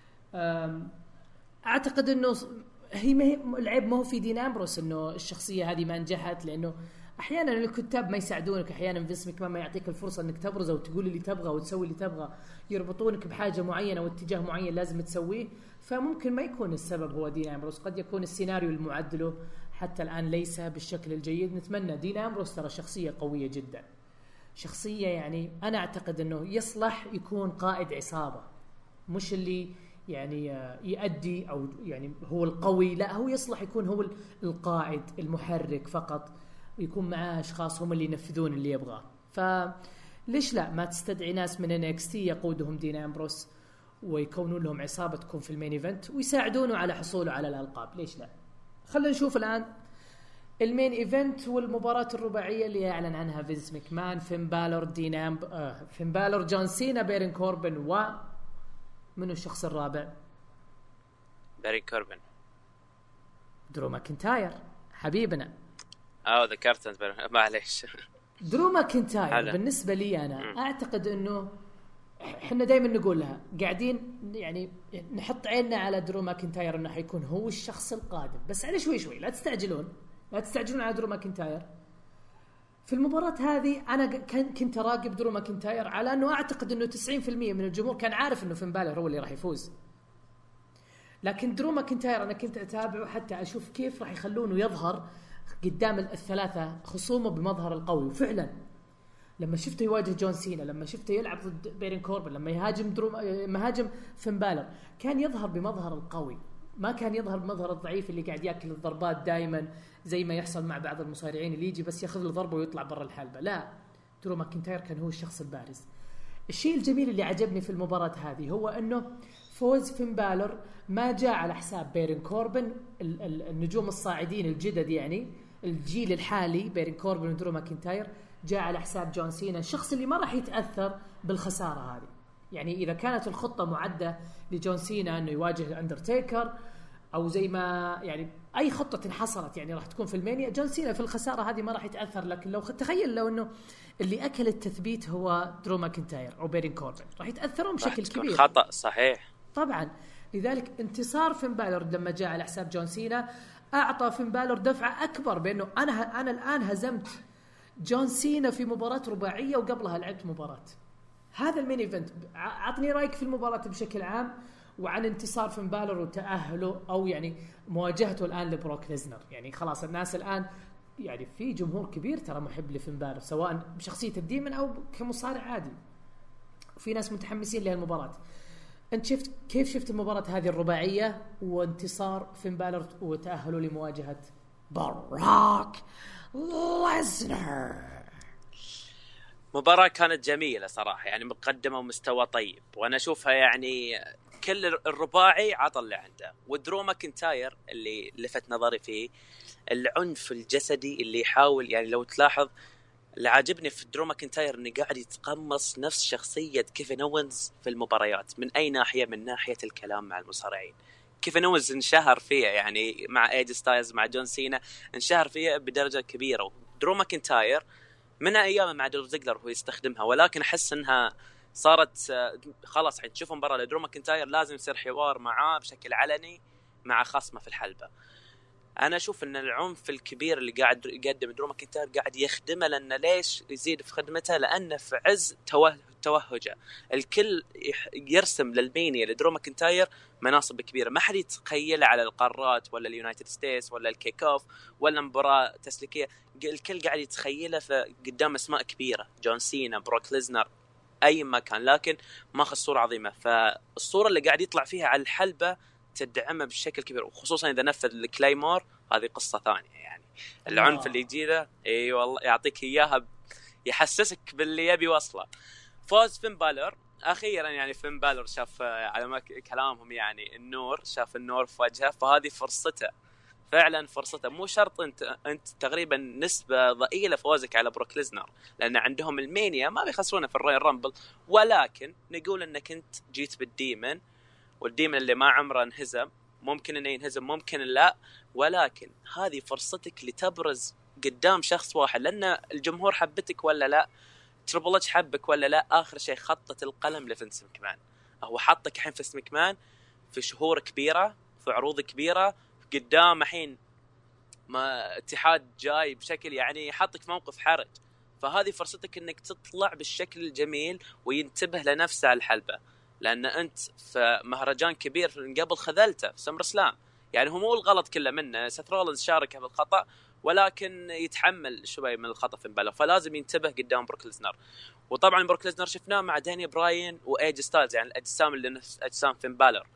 Speaker 1: اعتقد انه هي ما هي العيب ما هو في دين امبروز انه الشخصيه هذه ما نجحت، لانه احيانا الكتاب ما يساعدونك، احيانا فينس ماكمان ما يعطيك الفرصه انك تبرز وتقول اللي تبغى وتسوي اللي تبغى، يربطونك بحاجه معينه واتجاه معين لازم تسويه. فممكن ما يكون السبب هو دين امبروز، قد يكون السيناريو المعد له حتى الان ليس بالشكل الجيد. نتمنى. دين امبروز ترى شخصيه قويه جدا، شخصيه يعني انا اعتقد انه يصلح يكون قائد عصابه، مش اللي يعني يؤدي او يعني هو القوي، لا هو يصلح يكون هو القائد المحرك فقط، ويكون معاه اشخاص هم اللي ينفذون اللي يبغاه. فليش لا ما تستدعي ناس من إن إكس تي يقودهم دين امبروس ويكونون لهم عصابه تكون في المين ايفنت ويساعدونه على حصوله على الالقاب. ليش لا؟ خلينا نشوف الان المين ايفنت والمباراه الرباعيه اللي اعلن عنها فينس ماكمان. فين بالور دين امب آه فين بالور جون سينا بيرن كوربن و منو الشخص الرابع؟
Speaker 2: بيرن كوربن
Speaker 1: درو ماكنتاير حبيبنا.
Speaker 2: اه ذكرت انت معليش.
Speaker 1: درو ماكنتاير بالنسبه لي انا م. اعتقد انه احنا دائما نقول لها قاعدين يعني نحط عيننا على درو ماكنتاير انه حيكون هو الشخص القادم، بس على شوي شوي لا تستعجلون لا تستعجلون على درو ماكنتاير. في المباراة هذه أنا كنت أراقب درو ماكنتاير على أنه أعتقد أنه تسعين بالمئة من الجمهور كان عارف أنه فين بالور هو اللي راح يفوز، لكن درو ماكنتاير أنا كنت أتابعه حتى أشوف كيف راح يخلونه يظهر قدام الثلاثة خصومه بمظهر القوي. وفعلا لما شفته يواجه جون سينا، لما شفته يلعب ضد بيرن كوربن، لما يهاجم درو مهاجم فين بالور، كان يظهر بمظهر القوي، ما كان يظهر بمظهر الضعيف اللي قاعد ياكل الضربات دائما زي ما يحصل مع بعض المصارعين اللي يجي بس ياخذ له ضربه ويطلع برا الحلبة. لا، درو ماكنتاير كان هو الشخص البارز. الشيء الجميل اللي عجبني في المباراة هذه هو انه فوز فين بالور ما جاء على حساب بيرن كوربن، النجوم الصاعدين الجدد يعني الجيل الحالي بيرن كوربن ودرو ماكنتاير، جاء على حساب جون سينا، الشخص اللي ما راح يتأثر بالخسارة هذه. يعني إذا كانت الخطة معدة لجون سينا أنه يواجه أندرتيكر أو زي ما يعني أي خطة انحصرت يعني راح تكون في المانيا، جون سينا في الخسارة هذه ما راح يتأثر. لكن لو تخيل لو أنه اللي أكل التثبيت هو درو ماكنتاير أو بيرن كوربن راح يتأثرون بشكل كبير.
Speaker 2: خطأ صحيح
Speaker 1: طبعا. لذلك انتصار فين بالور لما جاء على حساب جون سينا أعطى فين بالور دفعة أكبر بأنه أنا أنا الآن هزمت جون سينا في مباراة رباعية وقبلها لعبت مباراة. هذا المين ايفنت. عطني رايك في المباراة بشكل عام وعن انتصار فين بالور وتأهله او يعني مواجهته الان لبروك ليزنر. يعني خلاص الناس الان يعني في جمهور كبير ترى محب لفين بالور سواء بشخصية الديمن او كمصارع عادي، وفي ناس متحمسين لهالمباراة. انت شفت كيف شفت المباراة هذه الرباعية وانتصار فين بالور وتأهله لمواجهة بروك ليزنر؟
Speaker 2: مباراة كانت جميلة صراحة، يعني مقدمة ومستوى طيب، وأنا أشوفها يعني كل الرباعي عطى اللي عنده. ودرو ماكنتاير اللي لفت نظري فيه العنف الجسدي اللي يحاول، يعني لو تلاحظ اللي عاجبني في درو ماكنتاير انه قاعد يتقمص نفس شخصية كيفن أوينز في المباريات. من أي ناحية؟ من ناحية الكلام مع المصارعين. كيفن أوينز انشهر فيها يعني مع ايج ستايلز مع جون سينا، انشهر فيها بدرجة كبيرة. درو ماكنتاير من ايام مع دولف زيجلر هو يستخدمها، ولكن احس انها صارت خلاص حين تشوف مباراة لدرو ماكنتاير لازم يصير حوار معاه بشكل علني مع خصمه في الحلبة. انا اشوف ان العنف الكبير اللي قاعد يقدم درو ماكنتاير قاعد يخدمه، لان ليش يزيد في خدمته؟ لانه في عز توه... توهجه الكل يرسم للمانيا لدرو ماكنتاير مناصب كبيره ما حد يتخيلها على القارات ولا اليونايتد ستيتس ولا الكيك اوف ولا مباراه تسليكيه. الكل قاعد يتخيلها في قدام اسماء كبيره، جون سينا، بروك ليزنر، اي مكان، لكن ماخذ صوره عظيمه. فالصوره اللي قاعد يطلع فيها على الحلبه تدعمه بشكل كبير، وخصوصا اذا نفذ الكلايمور هذه قصه ثانيه. يعني العنف اللي يجي له اي والله يعطيك اياها، يحسسك باللي يبي وصله. فوز فين بالور اخيرا، يعني فين بالور شاف على ما كلامهم يعني النور، شاف النور في وجهه، فهذه فرصته فعلا فرصته. مو شرط انت انت تقريبا نسبه ضئيله فوزك على بروك ليزنر، لان عندهم المانيا ما بيخسرونه في الرويال رامبل، ولكن نقول انك انت جيت بالديمن، والديمن اللي ما عمره انهزم، ممكن انه ينهزم ممكن لا، ولكن هذه فرصتك لتبرز قدام شخص واحد، لان الجمهور حبتك ولا لا، تريبل اتش حبك ولا لا. اخر شيء خطت القلم لفنس مكمان، هو حطك الحين فنس مكمان في شهور كبيره، في عروض كبيره قدام، الحين ما اتحاد جاي بشكل يعني حطك في موقف حرج، فهذه فرصتك انك تطلع بالشكل الجميل وينتبه لنفسه على الحلبه، لان انت في مهرجان كبير من قبل خذلته في سمر سلام. يعني هو مو الغلط كله منه، سيث رولينز شارك بالخطا ولكن يتحمل شوي من الخطا في بالله، فلازم ينتبه قدام بروك ليزنر. وطبعا بروك ليزنر شفناه مع داني براين وايج ستايلز، يعني الاجسام اللي نفس اجسام فين بالور،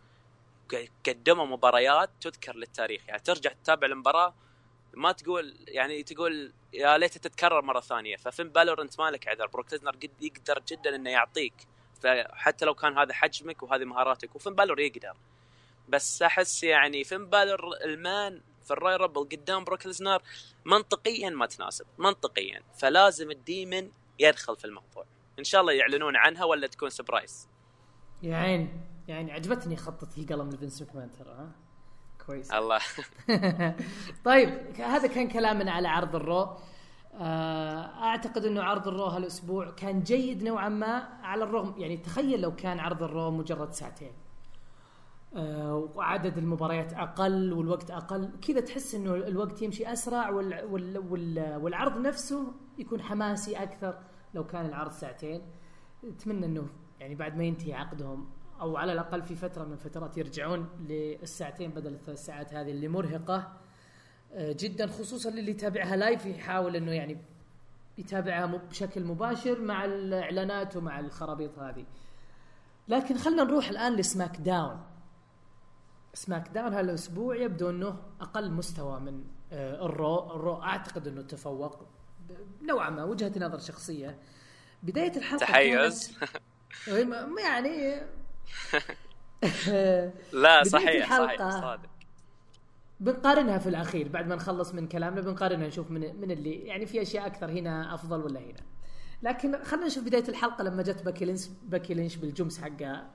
Speaker 2: قدموا مباريات تذكر للتاريخ. يعني ترجع تتابع المباراه ما تقول يعني تقول يا ليت تتكرر مره ثانيه. ففين بالور انت مالك عذر، بروك ليزنر يقدر جدا انه يعطيك، فحتى لو كان هذا حجمك وهذه مهاراتك، وفين بالور يقدر. بس احس يعني فين بالور المان في الرويال رامبل قدام بروك ليزنر منطقيا ما تناسب منطقيا، فلازم الديمن يدخل في الموضوع. ان شاء الله يعلنون عنها ولا تكون سبرايز.
Speaker 1: يا عين يعني عجبتني خطة القلم لفينس ماكمان ترى، ها كويس
Speaker 2: الله.
Speaker 1: طيب هذا كان كلامنا على عرض الرو. اعتقد انه عرض الرو هالاسبوع كان جيد نوعا ما، على الرغم يعني تخيل لو كان عرض الرو مجرد ساعتين وعدد المباريات اقل والوقت اقل، كذا تحس انه الوقت يمشي اسرع وال وال وال والعرض نفسه يكون حماسي اكثر لو كان العرض ساعتين. اتمنى انه يعني بعد ما ينتهي عقدهم او على الاقل في فتره من الفترات يرجعون للساعتين بدل الثلاث ساعات هذه اللي مرهقه جدا، خصوصا اللي يتابعها لايف يحاول انه يعني يتابعها بشكل مباشر مع الاعلانات ومع الخرابيط هذه. لكن خلنا نروح الان لسماك داون. سماك داون هالاسبوع يبدو انه اقل مستوى من الرو. الرو اعتقد انه تفوق نوعا ما، وجهة نظر شخصيه. بدايه الحلقه
Speaker 2: تحيز
Speaker 1: يعني
Speaker 2: لا صحيح صحيح صادق.
Speaker 1: بنقارنها في الاخير بعد ما نخلص من كلامنا، بنقارنها نشوف من من اللي يعني في اشياء اكثر هنا افضل ولا هنا. لكن خلينا نشوف بدايه الحلقه لما جت باكي لينش باكي لينش بالجمس حقها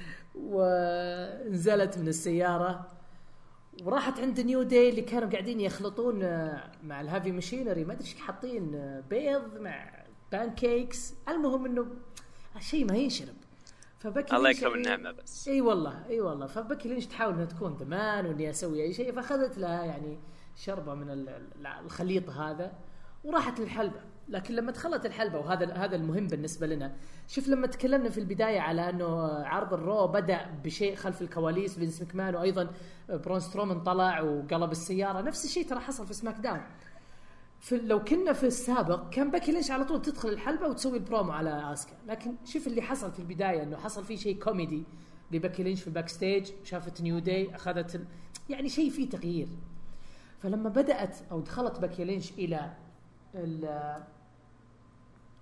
Speaker 1: ونزلت من السياره وراحت عند نيو داي اللي كانوا قاعدين يخلطون مع الهافي ماشينري، ما ادري ايش حاطين بيض مع بانكيكس، المهم انه شيء ما ينشرب. فبكي
Speaker 2: الله يكرم النعمه بس.
Speaker 1: اي والله اي والله. فبكي لينش تحاول انها تكون ضمان واني اسوي اي شيء، فاخذت لها يعني شربه من الخليط هذا وراحت للحلبه. لكن لما دخلت الحلبه، وهذا هذا المهم بالنسبه لنا، شوف لما تكلمنا في البدايه على انه عرض الرو بدا بشيء خلف الكواليس، فينس ماكمان وايضا برون سترومان طلع وقلب السياره، نفس الشيء ترى حصل في سماك داون. في لو كنا في السابق كان باكي لينش على طول تدخل الحلبة وتسوي البرومو على آسكا، لكن شوف اللي حصل في البداية انه حصل فيه شيء كوميدي لباكي لينش في الباك ستيج، شافت نيو داي اخذت ال... يعني شيء فيه تغيير. فلما بدأت او دخلت باكي لينش الى ال...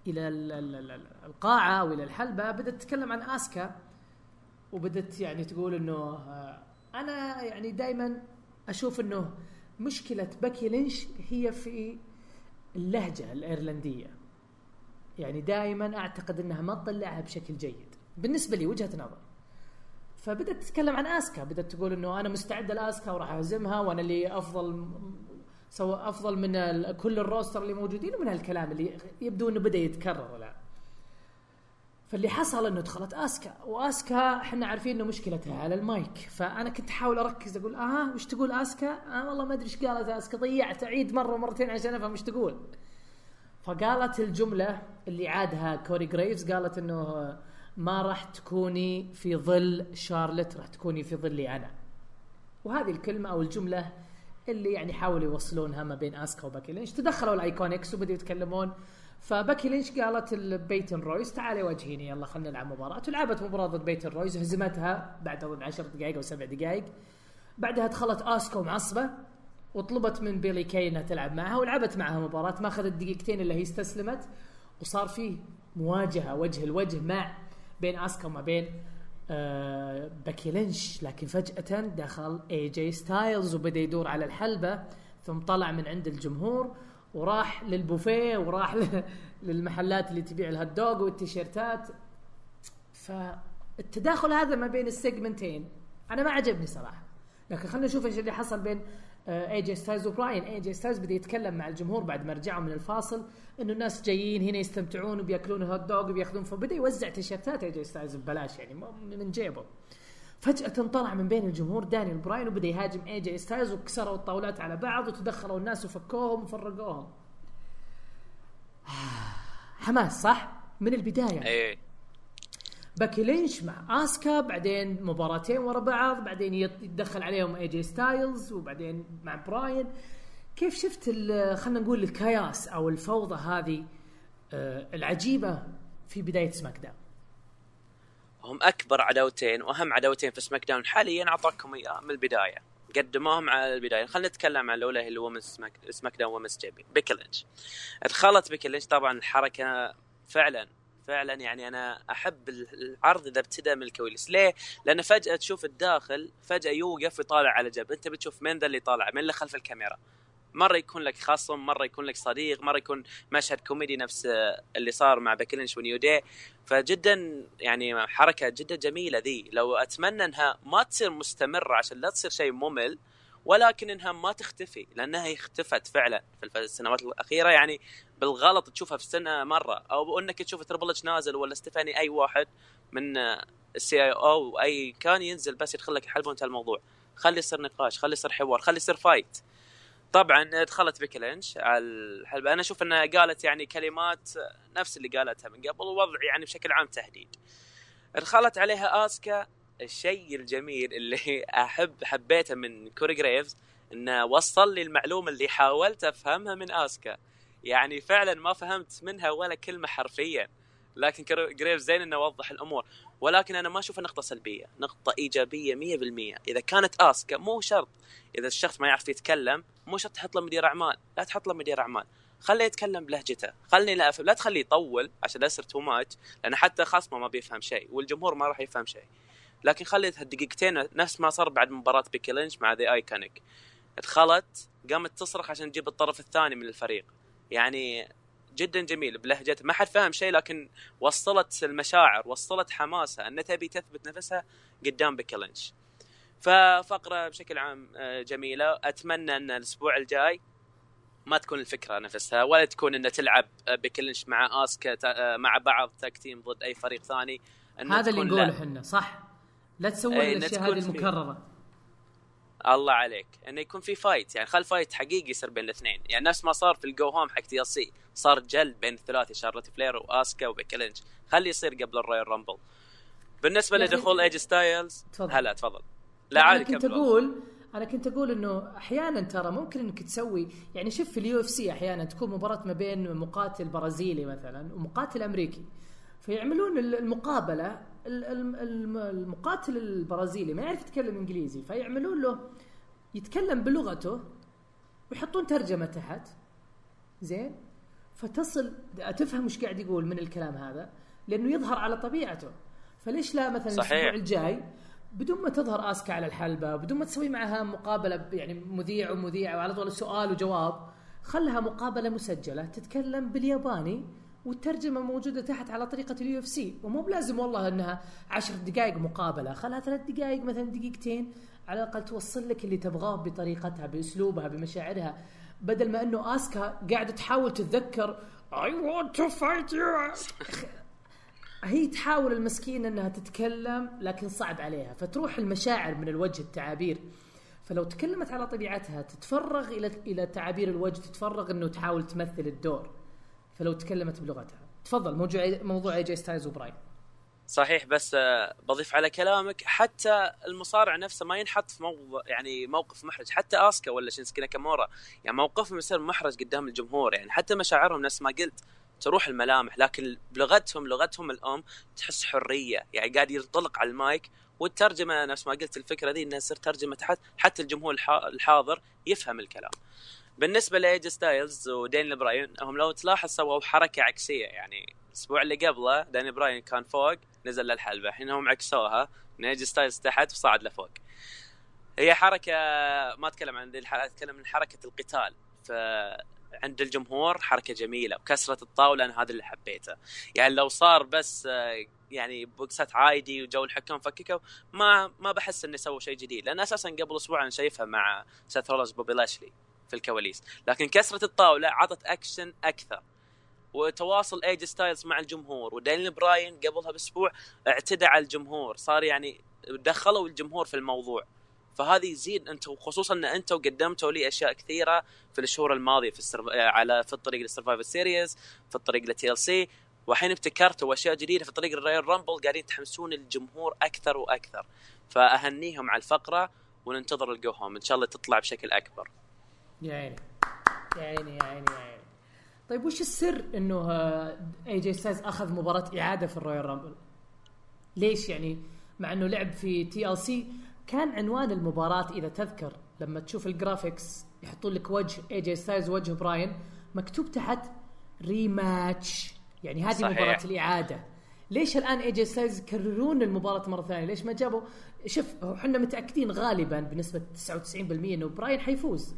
Speaker 1: الى القاعه والى الحلبه بدات تتكلم عن اسكا، وبدت يعني تقول انه انا يعني دائما اشوف انه مشكله باكي لينش هي في اللهجه الايرلنديه، يعني دائما اعتقد انها ما تطلعها بشكل جيد بالنسبه لي وجهه نظر. فبدت تتكلم عن اسكا، بدت تقول انه انا مستعده لاسكا وراح اهزمها وانا اللي افضل سواء افضل من كل الروستر اللي موجودين، ومن هالكلام اللي يبدو انه بدا يتكرر ولا. فاللي حصل انه دخلت اسكا، واسكا احنا عارفين انه مشكلتها على المايك، فانا كنت احاول اركز اقول اه وش تقول اسكا، اه والله ما ادري ايش قالت اسكا، ضيعت اعيد مره ومرتين عشان افهم ايش تقول. فقالت الجمله اللي عادها كوري جريفز، قالت انه ما راح تكوني في ظل شارلت، راح تكوني في ظلي انا. وهذه الكلمه او الجمله اللي يعني حاولوا يوصلونها ما بين اسكا وباكي لينش. تدخلوا الايكونكس وبدأوا يتكلمون، فباكي لينش قالت البيتن رويس تعالي واجهيني يلا خلينا نلعب مباراة. ولعبت مباراة ضد بيتن رويس، هزمتها بعد اظن عشر دقائق او سبع دقائق. بعدها دخلت اسكا معصبة وطلبت من بيلي كاي انها تلعب معها، ولعبت معها مباراة. ما اخذت دقيقتين الا هي استسلمت، وصار فيه مواجهة وجه لوجه مع بين اسكا وما بين آه باكي لينش. لكن فجأة دخل اي جي ستايلز وبدأ يدور على الحلبة، ثم طلع من عند الجمهور وراح للبوفيه وراح للمحلات اللي تبيع الهوت دوغ والتيشيرتات. فالتداخل هذا ما بين السيجمنتين انا ما عجبني صراحه. لكن خلينا نشوف ايش اللي حصل بين اي جي ستايلز وبراين. اي جي ستايلز بدا يتكلم مع الجمهور بعد ما رجعوا من الفاصل انه الناس جايين هنا يستمتعون وبياكلون هوت دوغ وبياخذون، فبدا يوزع تيشيرتات اي جي ستايلز ببلاش يعني من جيبه. فجأة طلع من بين الجمهور دانيال براين وبدأ يهاجم اي جي ستايلز، وكسروا الطاولات على بعض وتدخلوا الناس وفكوهم وفرقوهم. حماس صح من البداية.
Speaker 2: ايه
Speaker 1: باكي لينش مع اسكا، بعدين مباراتين ورا بعض، بعدين يتدخل عليهم اي جي ستايلز، وبعدين مع براين. كيف شفت خلنا نقول الكياس او الفوضى هذه العجيبة في بداية سماك داون؟
Speaker 2: هم أكبر عداوتين وأهم عداوتين في سماك داون حاليا أعطاكم إياه من البداية، قدموهم على البداية. خلينا نتكلم عن الأولى اللي هو سماك, سماك داون ومس جيبي بيكي لينش. ادخلت بيكي لينش، طبعا الحركة فعلا فعلا يعني أنا أحب العرض إذا ابتدى من الكواليس. ليه؟ لأن فجأة تشوف الداخل فجأة يوقف ويطالع على جنب، أنت بتشوف من ذا اللي طالع، من اللي خلف الكاميرا. مرة يكون لك خصم، مرة يكون لك صديق، مرة يكون مشهد كوميدي نفس اللي صار مع بيكي لينش ونيو داي. فجدا يعني حركة جدا جميلة ذي. لو أتمنى أنها ما تصير مستمرة عشان لا تصير شيء ممل، ولكن إنها ما تختفي، لأنها اختفت فعلا في السنوات الأخيرة. يعني بالغلط تشوفها في السنة مرة، أو أنك تشوف تريبل اتش نازل ولا ستيفاني أي واحد من السي اي او أي كان ينزل بس يدخل لك الحلبة وانتهى الموضوع. خلي يصير نقاش، خلي يصير حوار، خلي يصير فايت. طبعا دخلت بيكي لينش على الحلبة، أنا أشوف أنها قالت يعني كلمات نفس اللي قالتها من قبل، ووضع يعني بشكل عام تهديد. دخلت عليها آسكا. الشيء الجميل اللي أحب حبيته من كوري جريفز إنه وصل لي المعلومة اللي حاولت أفهمها من آسكا. يعني فعلا ما فهمت منها ولا كلمة حرفيا، لكن جريفز زين إنه وضح الأمور. ولكن أنا ما أشوفها نقطة سلبية، نقطة إيجابية مية بالمية. إذا كانت آسكا مو شرط، إذا الشخص ما يعرف يتكلم مو شرط تحط له مدير أعمال، لا تحط له مدير أعمال، خليه يتكلم بلهجته، خلني لا أفهم، لا تخليه يطول عشان لا يصير تو ماتش، لأن حتى خصمه ما بيفهم شيء والجمهور ما راح يفهم شيء. لكن خليتها دقيقتين نفس ما صار بعد مباراة بيكي لينش مع ذا ايكونيك. دخلت قامت تصرخ عشان تجيب الطرف الثاني من الفريق. يعني جدا جميل بلهجته، ما حد فهم شيء لكن وصلت المشاعر، وصلت حماسها أنها تبي تثبت نفسها قدام بيكي لينش. ففقرة بشكل عام جميلة. أتمنى أن الأسبوع الجاي ما تكون الفكرة نفسها، ولا تكون أن تلعب بيكي لينش مع آسكا مع بعض تكتيم ضد أي فريق ثاني.
Speaker 1: هذا اللي نقوله احنا صح، لا تسوون الاشياء هذه المكررة.
Speaker 2: الله عليك، انه يكون في فايت، يعني خل فايت حقيقي يصير بين الاثنين. يعني نفس ما صار في الجو هوم حق تي ال سي، صار جلد بين الثلاثي شارلوت فلير واسكا وبيكي لينش، خلي يصير قبل الرويال رامبل. بالنسبه لدخول ايج ستايلز، هلا تفضل. لا عادي.
Speaker 1: كنت اقول انا كنت اقول انه احيانا ترى ممكن انك تسوي، يعني شوف في اليو اف سي احيانا تكون مباراه ما بين مقاتل برازيلي مثلا ومقاتل امريكي، فيعملون المقابله، المقاتل البرازيلي ما يعرف يتكلم انجليزي، فيعملون له يتكلم بلغته ويحطون ترجمه تحت، زين، فتصل تفهم وش قاعد يقول من الكلام هذا، لأنه يظهر على طبيعته. فليش لا مثلا الأسبوع الجاي بدون ما تظهر آسكا على الحلبة، بدون ما تسوي معها مقابلة يعني مذيع ومذيع وعلى طول سؤال وجواب، خلها مقابلة مسجلة تتكلم بالياباني والترجمة موجودة تحت على طريقة اليو اف سي، ومو بلازم والله أنها عشر دقائق مقابلة، خلها ثلاث دقائق مثلا دقيقتين على الأقل توصل لك اللي تبغاه بطريقتها بأسلوبها بمشاعرها، بدل ما أنه آسكا قاعدة تحاول تتذكر I want to fight you. هي تحاول المسكينة أنها تتكلم لكن صعب عليها، فتروح المشاعر من الوجه التعابير. فلو تكلمت على طبيعتها تتفرغ إلى إلى تعابير الوجه، تتفرغ أنه تحاول تمثل الدور. فلو تكلمت بلغتها. تفضل موضوع موضوع اي جي ستايلز وبراين.
Speaker 2: صحيح، بس بضيف على كلامك حتى المصارع نفسه ما ينحط في موضوع يعني موقف محرج، حتى آسكا ولا شينسكي ناكامورا يعني موقفهم يصير محرج قدام الجمهور، يعني حتى مشاعرهم نفس ما قلت تروح الملامح، لكن بلغتهم لغتهم الأم تحس حرية، يعني قاعد ينطلق على المايك، والترجمة نفس ما قلت الفكرة ذي إنها تصير ترجمة تحت حتى الجمهور الحاضر يفهم الكلام. بالنسبة لإيجي ستايلز وداني براين، هم لو تلاحظ سووا حركة عكسية، يعني الأسبوع اللي قبله داني براين كان فوق نزل للحلبة، الحين هم عكسوها، إيجي ستايلز تحت وصعد لفوق. هي حركة ما أتكلم عن ذي الحركة، أتكلم عن حركة القتال فعند الجمهور، حركة جميلة وكسرة الطاولة، أنا هذا اللي حبيته. يعني لو صار بس يعني بوكسات عادي وجو الحكام فككوا، ما ما بحس إنه سووا شيء جديد، لأن أساساً قبل أسبوع أنا شايفها مع سيث رولينز بوبي لاشلي في الكواليس، لكن كسرة الطاولة عطت أكشن أكثر، وتواصل ايجي ستايلز مع الجمهور. ودانيال براين قبلها بأسبوع اعتدى على الجمهور، صار يعني دخلوا الجمهور في الموضوع، فهذه يزيد أنت، وخصوصا أن أنت قدمتوا لي أشياء كثيرة في الشهور الماضية في السرف... على في الطريق للسرفايفر سيريز، في الطريق للتي ال سي، وحين ابتكرتوا أشياء جديدة في الطريق للرويال رامبل، قاعدين تحمسون الجمهور أكثر وأكثر، فأهنيهم على الفقرة وننتظر القوهم إن شاء الله تطلع بشكل أكبر.
Speaker 1: يا عيني يا عيني يا عيني يا عيني. طيب وش السر انه اي جي ستايلز اخذ مباراة اعادة في الرويال رامبل؟ ليش يعني مع انه لعب في تي ال سي؟ كان عنوان المباراة اذا تذكر لما تشوف الجرافيكس يحطون لك وجه اي جي ستايلز وجه براين مكتوب تحت ريماتش، يعني هذه صحيح. مباراة الاعادة. ليش الان اي جي ستايلز يكررون المباراة مرة ثانية؟ ليش ما جابوا؟ شوف احنا متأكدين غالبا بنسبة تسعة وتسعين بالمئة انه براين حيفوز،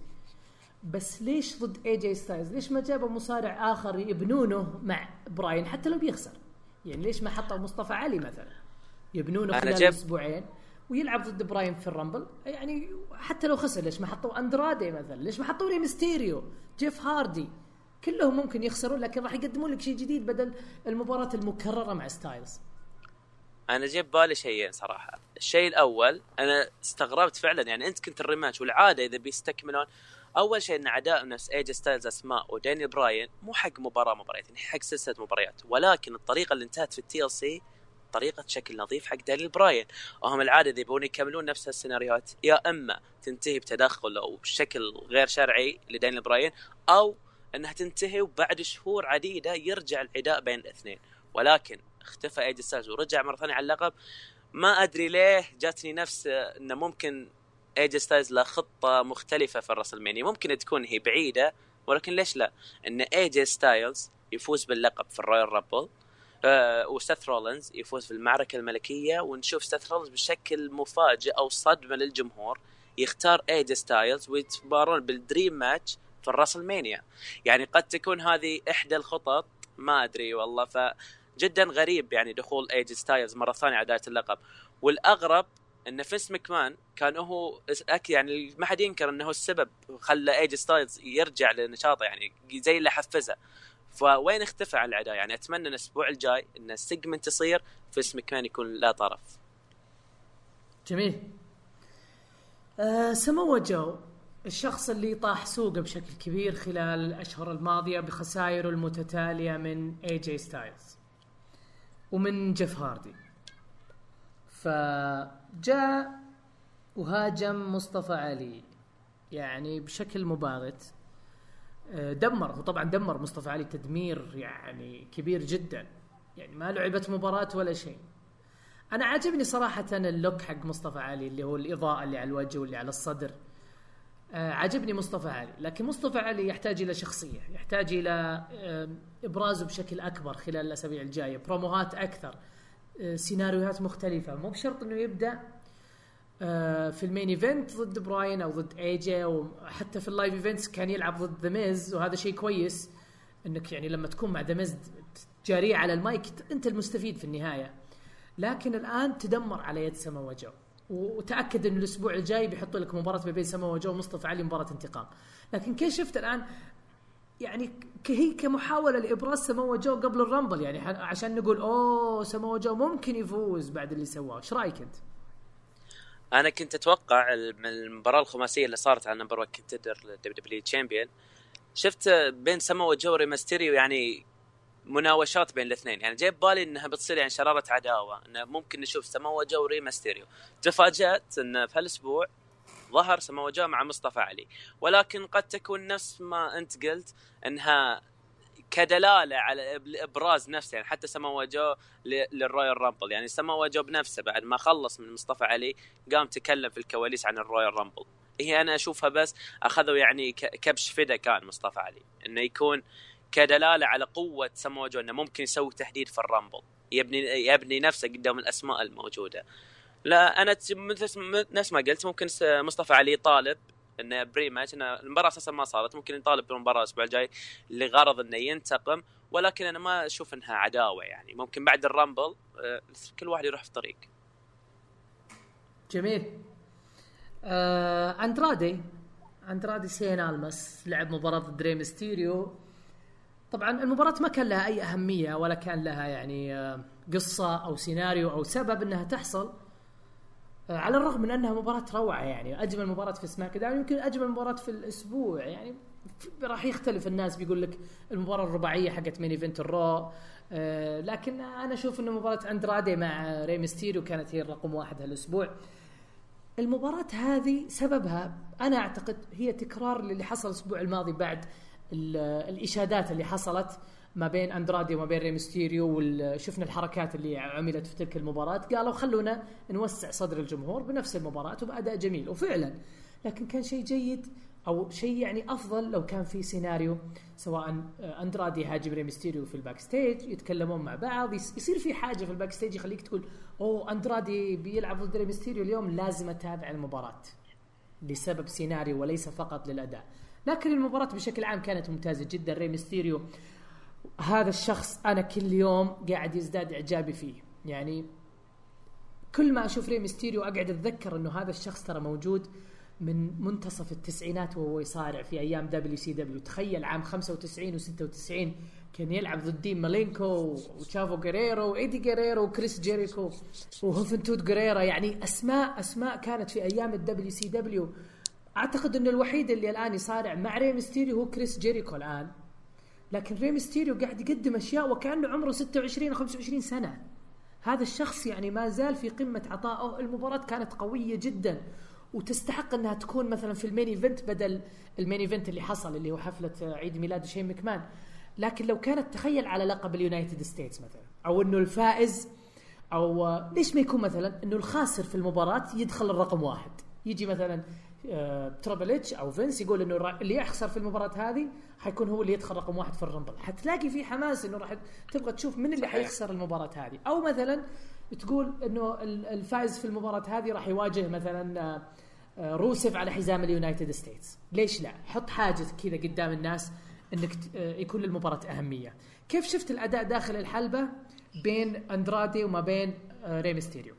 Speaker 1: بس ليش ضد اي جي ستايلز؟ ليش ما جابوا مصارع اخر يبنونه مع براين حتى لو بيخسر؟ يعني ليش ما حطوا مصطفى علي مثلا يبنونه خلال اسبوعين ويلعب ضد براين في الرامبل؟ يعني حتى لو خسر ليش ما حطوا اندرادي مثلا؟ ليش ما حطوا لي ميستيريو، جيف هاردي؟ كلهم ممكن يخسروا لكن راح يقدمون لك شيء جديد بدل المباراة المكررة مع ستايلز.
Speaker 2: انا جيب بالي شيئين صراحة. الشيء الاول انا استغربت فعلا، يعني انت كنت الريماتش والعادة اذا بيستكملون، اول شيء ان اعداء نفس ايجي ستايلز اسماء ودانيال براين مو حق مباراه مباريات، حق سلسله مباريات، ولكن الطريقه اللي انتهت في التي ال سي طريقه شكل نظيف حق دانيال براين. وهم العاده اذا يبون يكملون نفس السيناريوهات يا اما تنتهي بتدخل او بشكل غير شرعي لدانيال براين، او انها تنتهي وبعد شهور عديده يرجع العداء بين الاثنين. ولكن اختفى ايجي ستايلز ورجع مره ثانيه على اللقب. ما ادري ليه جاتني نفس انه ممكن ايجي ستايلز له خطة مختلفة في الرسلمانيا، ممكن تكون هي بعيدة، ولكن ليش لا ان ايجي ستايلز يفوز باللقب في الرويال رامبل، أه وستيث رولينز يفوز في المعركة الملكية، ونشوف ستيث رولينز بشكل مفاجئ او صدمة للجمهور يختار ايجي ستايلز ويتبارون بالدريم ماتش في الرسلمانيا. يعني قد تكون هذه احدى الخطط، ما ادري والله. فجدا غريب يعني دخول ايجي ستايلز مرة ثانية على دائرة اللقب. والاغرب ان فينس ماكمان كان هو يعني ما حد ينكر انه السبب خلى ايجي ستايلز يرجع لنشاطه، يعني زي اللي حفزه. فوين اختفى عن العداء؟ يعني اتمنى ان الاسبوع الجاي ان السيجمنت يصير فينس ماكمان يكون لا طرف.
Speaker 1: جميل. آه سمو جو الشخص اللي طاح سوقه بشكل كبير خلال الاشهر الماضيه بخسائره المتتاليه من ايجي ستايلز ومن جيف هاردي، فجاء وهاجم مصطفى علي يعني بشكل مباغت، دمر. هو طبعا دمر مصطفى علي تدمير يعني كبير جدا، يعني ما لعبت مباراة ولا شيء. أنا عجبني صراحة اللوك حق مصطفى علي اللي هو الإضاءة اللي على الوجه واللي على الصدر، آه عجبني مصطفى علي، لكن مصطفى علي يحتاج إلى شخصية، يحتاج إلى آه إبرازه بشكل أكبر خلال الأسابيع الجاية، بروموهات أكثر، آه سيناريوهات مختلفة. مو بشرط إنه يبدأ آه في المين إيفنت ضد براين أو ضد ايجي، وحتى في اللايف إيفنتس كان يلعب ضد ذا ميز، وهذا شيء كويس إنك يعني لما تكون مع ذا ميز جارية على المايك أنت المستفيد في النهاية. لكن الآن تدمر على يد ساموا جو، وتأكد إنه الأسبوع الجاي بيحطوا لك مباراة بين ساموا جو ومصطفى علي، مباراة انتقام. لكن كيف شفت الآن يعني هي كمحاولة لإبراز ساموا جو قبل الرامبل، يعني عشان نقول أوه ساموا جو ممكن يفوز بعد اللي سواه. إيش رأيك أنت؟
Speaker 2: أنا كنت أتوقع من المباراة الخماسية اللي صارت على نمبر واحد كنتدر للدبليو دبليو تشامبيون، شفت بين ساموا جو وريمستيريو يعني مناوشات بين الاثنين، يعني جايب بالي انها بتصير يعني شرارة عداوة، انه ممكن نشوف ساموا جو وريمستيريو. تفاجأت ان في هالاسبوع ظهر ساموا جو مع مصطفى علي، ولكن قد تكون نفس ما انت قلت انها كدلالة على الابراز نفسه، يعني حتى ساموا جو للرويال رامبل، يعني ساموا جو بنفسه بعد ما خلص من مصطفى علي قام تكلم في الكواليس عن الرويال رامبل. هي انا اشوفها بس اخذوا يعني كبش فدا كان مصطفى علي، انه يكون كدلالة على قوة ساموا جو انه ممكن يسوي تحديد في الرامبل، يبني يبني نفسه قدام الاسماء الموجودة. لا انا نفس ما قلت ممكن مصطفى علي يطالب انه بري ماتش، انه المباراة اساسا ما صارت، ممكن يطالب بالمباراة الاسبوع الجاي لغرض انه ينتقم، ولكن انا ما اشوف انها عداوة، يعني ممكن بعد الرامبل كل واحد يروح في طريق.
Speaker 1: جميل. آه، أندرادي أندرادي سين ألمس لعب مباراة ضد ري ميستيريو. طبعا المباراة ما كان لها أي أهمية ولا كان لها يعني قصة أو سيناريو أو سبب أنها تحصل، على الرغم من أنها مباراة روعة، يعني أجمل مباراة في سماك داون، يمكن أجمل مباراة في الأسبوع. يعني راح يختلف الناس، بيقول لك المباراة الرباعية حقت مين إيفنت الرو، لكن أنا أشوف أن مباراة أندرادي مع ري ميستيريو كانت هي الرقم واحد هالأسبوع. المباراة هذه سببها أنا أعتقد هي تكرار اللي حصل الأسبوع الماضي بعد الإشادات اللي حصلت ما بين أندرادي وما بين ري ميستيريو، وشفنا الحركات اللي عملت في تلك المباراة. قالوا خلونا نوسع صدر الجمهور بنفس المباراة وبأداء جميل، وفعلا لكن كان شيء جيد أو شيء يعني أفضل لو كان في سيناريو، سواء أندرادي هاجم ري ميستيريو في الباك ستيج يتكلمون مع بعض، يصير في حاجة في الباك ستيج يخليك تقول أوه أندرادي بيلعب ضد ري ميستيريو اليوم، لازم أتابع المباراة لسبب سيناريو وليس فقط للأداء. لكن المباراة بشكل عام كانت ممتازة جدا. ري ميستيريو هذا الشخص أنا كل يوم قاعد يزداد إعجابي فيه، يعني كل ما أشوف ري ميستيريو أقعد أتذكر أنه هذا الشخص ترى موجود من منتصف التسعينات وهو يصارع في أيام دبليو سي دبليو. تخيل عام خمسة وتسعين وستة وتسعين كان يلعب ضد دين مالينكو وشافو غيريرو وإيدي غيريرو وكريس جيريكو وهوفنتود غيريرا، يعني أسماء أسماء كانت في أيام الدبليو سي دبليو. أعتقد أنه الوحيد اللي الآن يصارع مع ري ميستيريو هو كريس جيريكو الآن، لكن ري ميستيريو قاعد يقدم أشياء وكأنه عمره ستة وعشرين أو خمسة وعشرين سنة. هذا الشخص يعني ما زال في قمة عطائه. المباراة كانت قوية جدا وتستحق أنها تكون مثلا في المين إيفنت بدل المين إيفنت اللي حصل اللي هو حفلة عيد ميلاد شين مكمان. لكن لو كانت تخيل على لقب اليونايتد ستيتس مثلا، أو أنه الفائز، أو ليش ما يكون مثلا أنه الخاسر في المباراة يدخل الرقم واحد، يجي مثلا ترابل اتش او فينس يقول انه اللي يخسر في المباراه هذه حيكون هو اللي يدخل رقم واحد في الرامبل. حتلاقي في حماس انه راح تبغى تشوف من اللي حيخسر المباراه هذه. او مثلا تقول انه الفائز في المباراه هذه راح يواجه مثلا روسيف على حزام اليونايتد ستيتس. ليش لا؟ حط حاجه كذا قدام الناس انك يكون للمباراه اهميه. كيف شفت الاداء داخل الحلبه بين اندرادي وما بين ري ميستيريو؟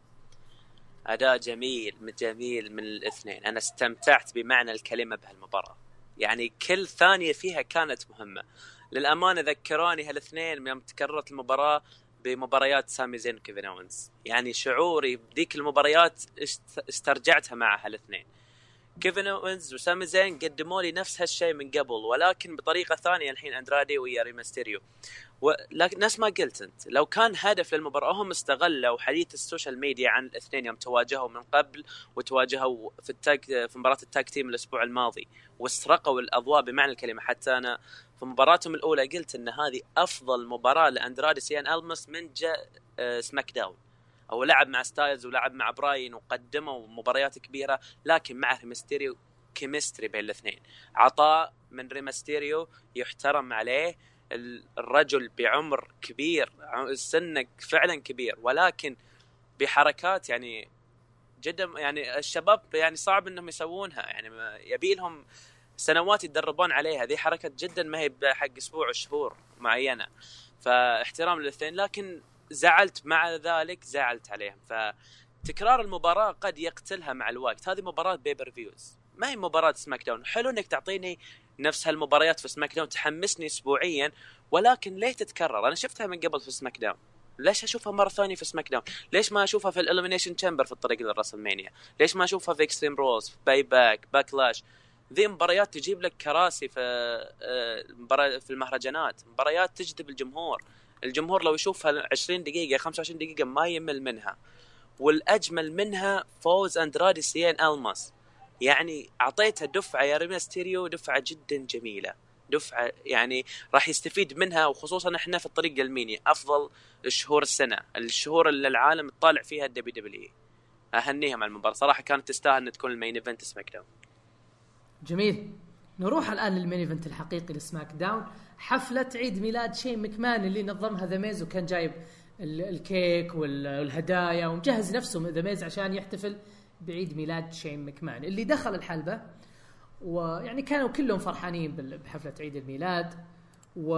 Speaker 2: أداء جميل جميل من الاثنين. أنا استمتعت بمعنى الكلمة بهالمباراة، يعني كل ثانية فيها كانت مهمة للأمانة. ذكراني هالاثنين يوم تكررت المباراة بمباريات سامي زين وكيفن أوينز، يعني شعوري بذيك المباريات استرجعتها مع هالاثنين. كيفن أوينز وسامي زين قدموا لي نفس هالشيء من قبل، ولكن بطريقة ثانية الحين أندرادي ويا ري ميستيريو. ولكن نفس ما قلت أنت، لو كان هدف للمباراة هم استغلوا حديث السوشيال ميديا عن الاثنين يوم تواجهوا من قبل وتواجهوا في التاج في مباراة التاج تيم الأسبوع الماضي واسترقوا الأضواء بمعنى الكلمة. حتى أنا في مباراتهم الأولى قلت أن هذه أفضل مباراة لأندرادي سيان ألمس من جاء سماك داون، أو لعب مع ستايلز ولعب مع براين وقدموا مباريات كبيرة، لكن مع ميستيريو كيمستري بين الاثنين. عطاء من ريمستيريو يحترم عليه، الرجل بعمر كبير، سنه فعلا كبير، ولكن بحركات يعني جدا يعني الشباب يعني صعب انهم يسوونها، يعني يبي لهم سنوات يتدربون عليها. ذي حركة جدا ما هي حق اسبوع وشهور معينة، فاحترام للاثنين. لكن زعلت مع ذلك، زعلت عليهم، فتكرار المباراة قد يقتلها مع الوقت. هذه مباراة بيبر فيوز، ما هي مباراة سماك داون. حلو انك تعطيني نفس هالمباريات في سماك داون تحمسني اسبوعيا، ولكن ليه تتكرر؟ انا شفتها من قبل في سماك داون، ليش اشوفها مره ثانيه في سماك داون؟ ليش ما اشوفها في الاليمينيشن تشامبر في الطريق للراسلمانيا؟ ليش ما اشوفها في اكستريم رولز، في باي باك، باكلاش؟ ذي مباريات تجيب لك كراسي في في المهرجانات، مباريات تجذب الجمهور. الجمهور لو يشوفها عشرين دقيقه خمسة وعشرين دقيقه ما يمل منها. والاجمل منها فوز اندرادي سيان ألماس، يعني اعطيتها دفعه يا ريمستيريو، دفعه جدا جميله، دفعه يعني راح يستفيد منها. وخصوصا احنا في الطريق للمينيا، افضل الشهور السنه، الشهور اللي العالم تطالع فيها الدبليو دبليو اي. اهنيها مع المباراه صراحه، كانت تستاهل ان تكون المين ايفنت سماك داون.
Speaker 1: جميل. نروح الان للمين ايفنت الحقيقي لسماك داون، حفله عيد ميلاد شين مكمان اللي نظمها ذا ميز، وكان جايب الكيك والهدايا ومجهز نفسه ذا ميز عشان يحتفل بعيد ميلاد شين مكمان اللي دخل الحلبه. ويعني كانوا كلهم فرحانين بحفلة عيد الميلاد. و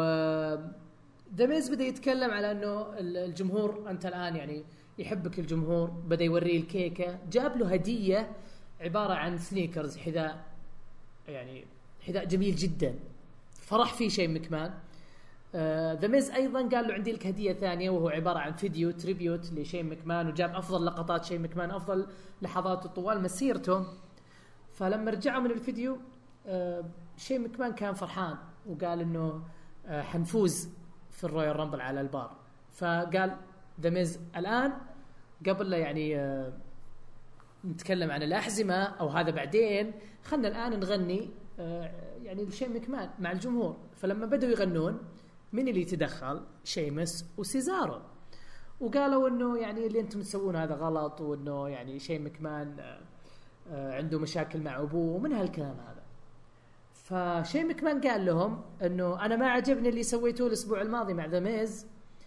Speaker 1: ذا ميز بدأ يتكلم على أنه الجمهور، أنت الآن يعني يحبك الجمهور، بدأ يوريه الكيكة، جاب له هدية عبارة عن سنيكرز، حذاء يعني حذاء جميل جدا، فرح فيه شيء مكمان. ذا ميز أيضا قال له عندي لك هدية ثانية، وهو عبارة عن فيديو تريبيوت لشين مكمان، وجاب أفضل لقطات شين مكمان، أفضل لحظاته طوال مسيرته. فلما رجعوا من الفيديو آه شين مكمان كان فرحان وقال انه آه حنفوز في الرويال رامبل على البار. فقال ذا ميز الان قبل لا يعني آه نتكلم عن الأحزمة او هذا بعدين، خلنا الان نغني آه يعني شين مكمان مع الجمهور. فلما بدأوا يغنون، من اللي يتدخل؟ شيمس وسيزارو، وقالوا انه يعني اللي انتم تسوون هذا غلط، وانه يعني شين مكمان آه عنده مشاكل مع أبوه ومن هالكلام هذا. فشين مكمان قال لهم أنه أنا ما عجبني اللي سويتوه الأسبوع الماضي مع ذا ميز،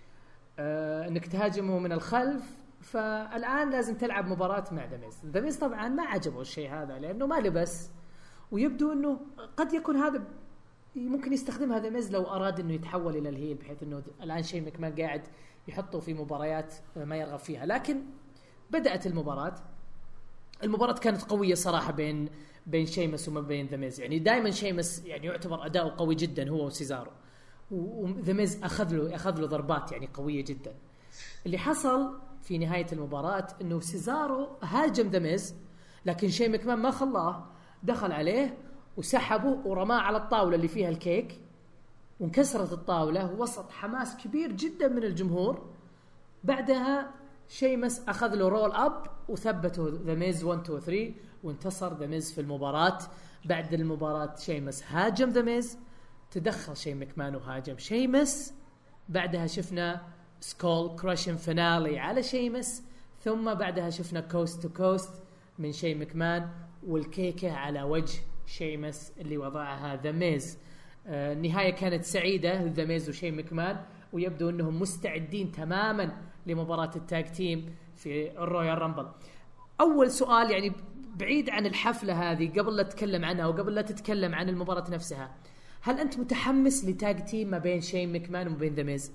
Speaker 1: آه أنك تهاجمه من الخلف، فالآن لازم تلعب مباراة مع ذا ميز. ذا ميز طبعا ما عجبه الشيء هذا لأنه ما لبس، ويبدو أنه قد يكون هذا ممكن يستخدم هذا ميز لو أراد أنه يتحول إلى الهيل، بحيث أنه الآن شين مكمان قاعد يحطه في مباريات ما يرغب فيها. لكن بدأت المباراة المباراة كانت قوية صراحة بين بين شيمس وما بين ذا ميز. يعني دائما شيمس يعني يعتبر أداؤه قوي جدا هو وسيزارو، وذا ميز أخذ له أخذ له ضربات يعني قوية جدا. اللي حصل في نهاية المباراة إنه سيزارو هاجم ذا ميز، لكن شين مكمان ما خلاه، دخل عليه وسحبه ورماه على الطاولة اللي فيها الكيك، وانكسرت الطاولة وسط حماس كبير جدا من الجمهور. بعدها شيمس أخذ له رول أب وثبته ذا ميز واحد اثنين ثلاثة، وانتصر ذا ميز في المباراة. بعد المباراة شيمس هاجم ذا ميز، تدخل شين مكمان وهاجم شيمس. بعدها شفنا سكول كراشن فينالي على شيمس، ثم بعدها شفنا كوست تو كوست من شين مكمان، والكيكة على وجه شيمس اللي وضعها ذا ميز. آه النهاية كانت سعيدة ذا ميز وشين مكمان، ويبدو أنهم مستعدين تماما لمباراة التاج تيم في الرويال رامبل. أول سؤال يعني بعيد عن الحفلة هذه، قبل لا تتكلم عنها وقبل لا تتكلم عن المباراة نفسها، هل أنت متحمس لتاج تيم ما بين شين مكمان وما بين ذا ميز؟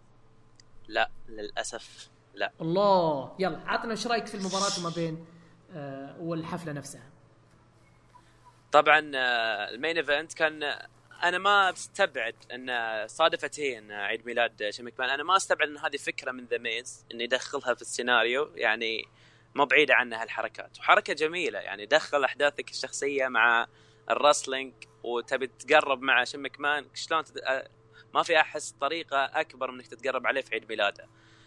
Speaker 2: لا للأسف لا.
Speaker 1: الله، يلا عطنا ايش رايك في المباراة وما بين آه والحفلة نفسها.
Speaker 2: طبعا آه المين ايفنت كان، انا ما استبعد ان صادفت هي ان عيد ميلاد شين مكمان، انا ما استبعد ان هذه فكره من ذا ميز انه يدخلها في السيناريو، يعني ما بعيده عنها الحركات، وحركه جميله يعني دخل احداثك الشخصيه مع الرسلينج وتبي تقرب مع شين مكمان، شلون تد... ما في احس طريقه اكبر من انك تتقرب عليه في عيد ميلاده.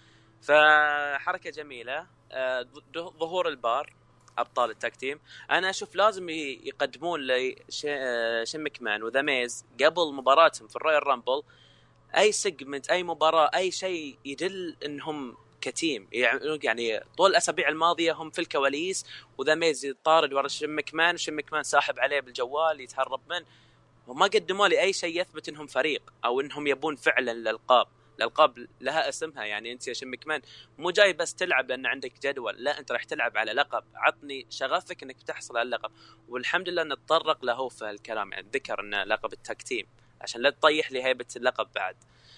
Speaker 2: فحركه جميله. ظهور البار ابطال التاج تيم، انا اشوف لازم يقدمون لشين مكمان وذا ميز قبل مباراتهم في الرويال رامبل اي سيجمنت، اي مباراه، اي شيء يدل انهم كتيم يعني طول الأسابيع الماضية هم في الكواليس، وذا ميز طارد ورا شم مكمان، وشم مكمان ساحب عليه بالجوال يتهرب منه، وما قدموا لي أي شيء يثبت إنهم فريق أو إنهم يبون فعلا الألقاب. الألقاب لها اسمها، يعني أنت يا شم مكمان مو جاي بس تلعب لأن عندك جدول، لا أنت راح تلعب على لقب، عطني شغفك إنك تحصل على اللقب. والحمد لله إن تطرق له في الكلام، يعني ذكر إن لقب التكتيم عشان لا تطيح لي هيبة اللقب بعد.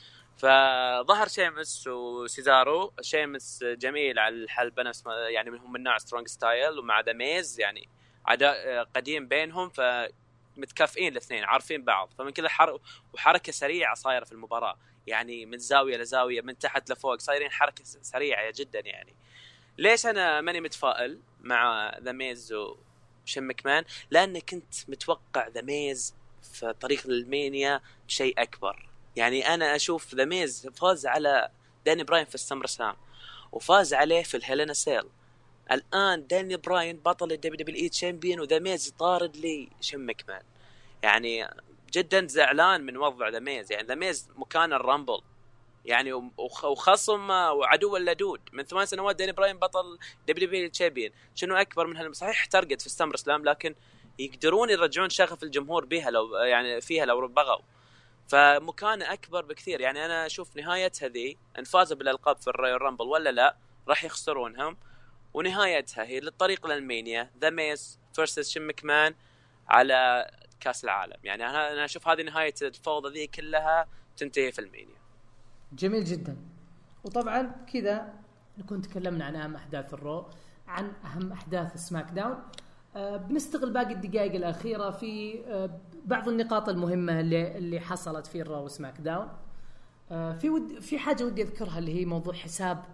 Speaker 2: فظهر شيمس وسيزارو. شيمس جميل على الحلبة نفس يعني منهم من نوع سترونج ستايل، ومع ذا ميز يعني عداء قديم بينهم، فمتكافئين الاثنين عارفين بعض، فمن كذا حر... وحركة سريعة صايرة في المباراة، يعني من زاوية لزاوية من تحت لفوق صايرين حركة سريعة جدا. يعني ليش أنا ماني متفائل مع ذا ميز وشم مكمان؟ لأن كنت متوقع ذا ميز في طريق المانيا بشيء أكبر. يعني أنا أشوف ذا ميز فاز على داني براين في السمر سلام، وفاز عليه في الهيلينا سيل. الآن داني براين بطل الدبليو دبليو إي تشامبيون، وذا ميز طارد لي شم مكمان. يعني جدا زعلان من وضع ذا ميز. يعني ذا ميز مكان الرامبل يعني، وخصم وعدو اللدود من ثمان سنوات. داني براين بطل دبليو دبليو إي تشامبيون، شنو أكبر من هالم؟ صحيح ترقد في السمر سلام، لكن يقدرون يرجعون شغف الجمهور بها لو يعني فيها لو بغوا، فمكانه أكبر بكثير. يعني أنا أشوف نهايتها ذي إن فازوا بالألقاب في الرويال رامبل ولا لا راح يخسرونهم، ونهايتها هي للطريق للمانيا، ذا ميز فيرسس شم مكمان على كاس العالم. يعني أنا أنا أشوف هذه نهاية الفوضى ذي كلها تنتهي في المانيا.
Speaker 1: جميل جدا. وطبعا كذا نكون تكلمنا عن أهم أحداث الرو، عن أهم أحداث سماك داون. أه بنستغل باقي الدقائق الأخيرة في أه بعض النقاط المهمة اللي اللي حصلت في الرو وسماك داون. أه في ود في حاجة ودي أذكرها، اللي هي موضوع حساب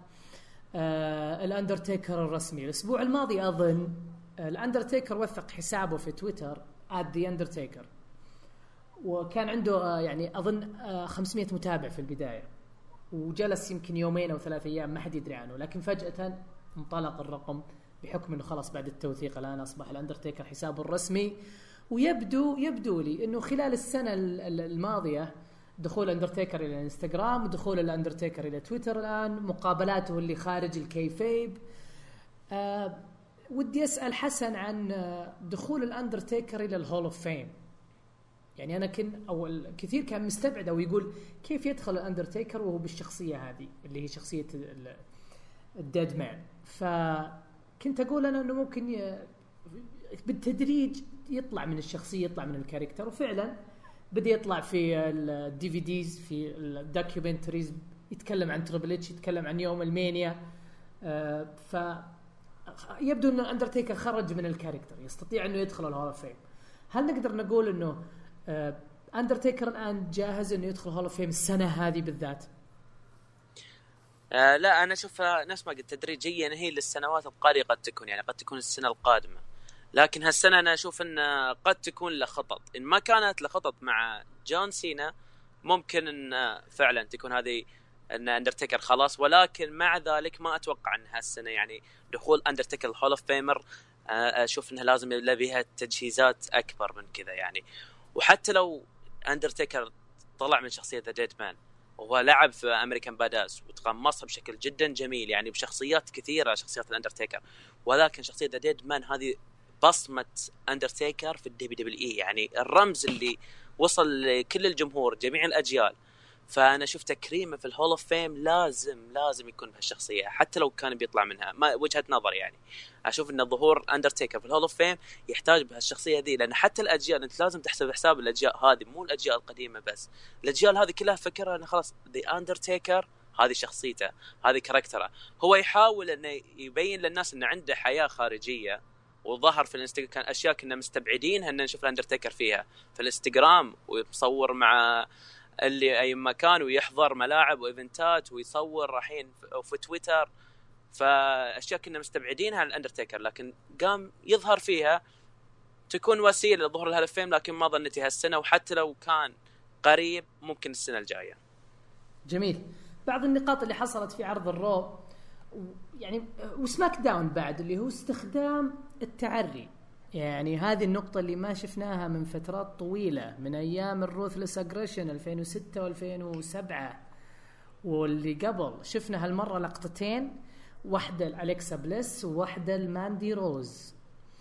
Speaker 1: أه الأندرتيكر الرسمي. الأسبوع الماضي أظن الأندرتيكر وثق حسابه في تويتر @theundertaker، وكان عنده أه يعني أظن أه خمسمية متابع في البداية، وجلس يمكن يومين أو ثلاث أيام ما حد يدري عنه، لكن فجأة انطلق الرقم بحكم انه خلاص بعد التوثيق الان اصبح الاندرتيكر حسابه الرسمي. ويبدو يبدو لي انه خلال السنه الماضيه دخول الاندرتيكر الى الانستغرام، ودخول الاندرتيكر الى تويتر، الان مقابلاته اللي خارج الكيفيب. أه ودي اسال حسن عن دخول الاندرتيكر الى الهول اوف فيم. يعني انا كن او كثير كان مستبعد او يقول كيف يدخل الاندرتيكر وهو بالشخصيه هذه اللي هي شخصيه الديد مان. ف كنت أقول أنا أنه ممكن ي... بالتدريج يطلع من الشخصية، يطلع من الكاركتر، وفعلا بدأ يطلع في الدي في ديز، في الدوكيومنتريز، يتكلم عن تريبل اتش، يتكلم عن يوم المانيا. آه ف يبدو أن الأندرتيكر خرج من الكاركتر، يستطيع أنه يدخل الهول اوف فيم. هل نقدر نقول أنه آه أندرتيكر الآن جاهز أنه يدخل الهول اوف فيم السنة هذه بالذات؟
Speaker 2: آه لا أنا أشوفها نفس ما قلت تدريجيا، هي للسنوات القادمة قد تكون، يعني قد تكون السنة القادمة، لكن هالسنة أنا أشوف أن قد تكون لخطط. إن ما كانت لخطط مع جون سينا ممكن أن فعلا تكون هذه أن أندرتيكر خلاص، ولكن مع ذلك ما أتوقع أن هالسنة يعني دخول أندرتيكر الهول اوف فيمر أشوف أنها لازم يبقى بها تجهيزات أكبر من كذا يعني. وحتى لو أندرتيكر طلع من شخصية ذا ديد مان وهو لعب في أمريكان باداس وتقمصها بشكل جدا جميل، يعني بشخصيات كثيرة شخصيات الأندرتيكر، ولكن شخصية ذا ديد مان هذه بصمة أندرتيكر في الدبليو دبليو إي، يعني الرمز اللي وصل لكل الجمهور جميع الأجيال. فأنا شفت تكريمه في الهول اوف فيم لازم لازم يكون بهالشخصية حتى لو كان بيطلع منها، ما وجهة نظر يعني. أشوف أن ظهور أندرتيكر في الهول اوف فيم يحتاج بهالشخصية ذي، لأن حتى الأجيال أنت لازم تحسب حساب الأجيال هذه، مو الأجيال القديمة بس، الأجيال هذه كلها فكرة أنه خلاص ذا أندرتيكر هذه شخصيته، هذه كاركتره. هو يحاول أنه يبين للناس أنه عنده حياة خارجية، وظهر في الانستغرام كان أشياء كنا مستبعدينها أن نشوف الأندرتيكر فيها في الانستغرام، ويصور مع اللي أي مكان ويحضر ملاعب وإيفنتات ويصور راحين في تويتر، فأشياء كنا مستبعدينها عن الأندرتيكر، لكن قام يظهر فيها تكون وسيلة لظهور الهول اوف فيم. لكن ما ظنيتها السنة، وحتى لو كان قريب ممكن السنة الجاية.
Speaker 1: جميل. بعض النقاط اللي حصلت في عرض الرو يعني وسماك داون بعد، اللي هو استخدام التعري. يعني هذه النقطة اللي ما شفناها من فترات طويلة، من أيام الروثلس أجريشن ألفين وستة وألفين وسبعة، واللي قبل شفنا هالمرة لقطتين، واحدة الأليكسا بليس وواحدة الماندي روز.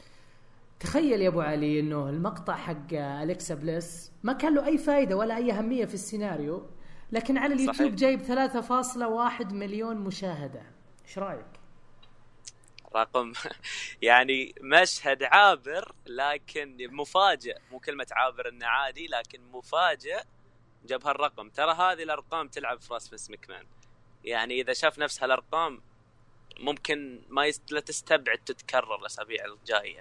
Speaker 1: تخيل يا أبو علي إنه المقطع حق أليكسا بليس ما كان له أي فايدة ولا أي أهمية في السيناريو، لكن على اليوتيوب صحيح. جايب ثلاثة فاصلة واحد مليون مشاهدة. إيش رأيك؟
Speaker 2: رقم يعني مشهد عابر لكن مفاجئ، مو كلمة عابر إنه عادي لكن مفاجئ جاب هالرقم. ترى هذه الأرقام تلعب في راس فينس ماكمان، يعني إذا شاف نفس هالأرقام ممكن ما يست... لا تستبعد تتكرر الأسابيع الجاية.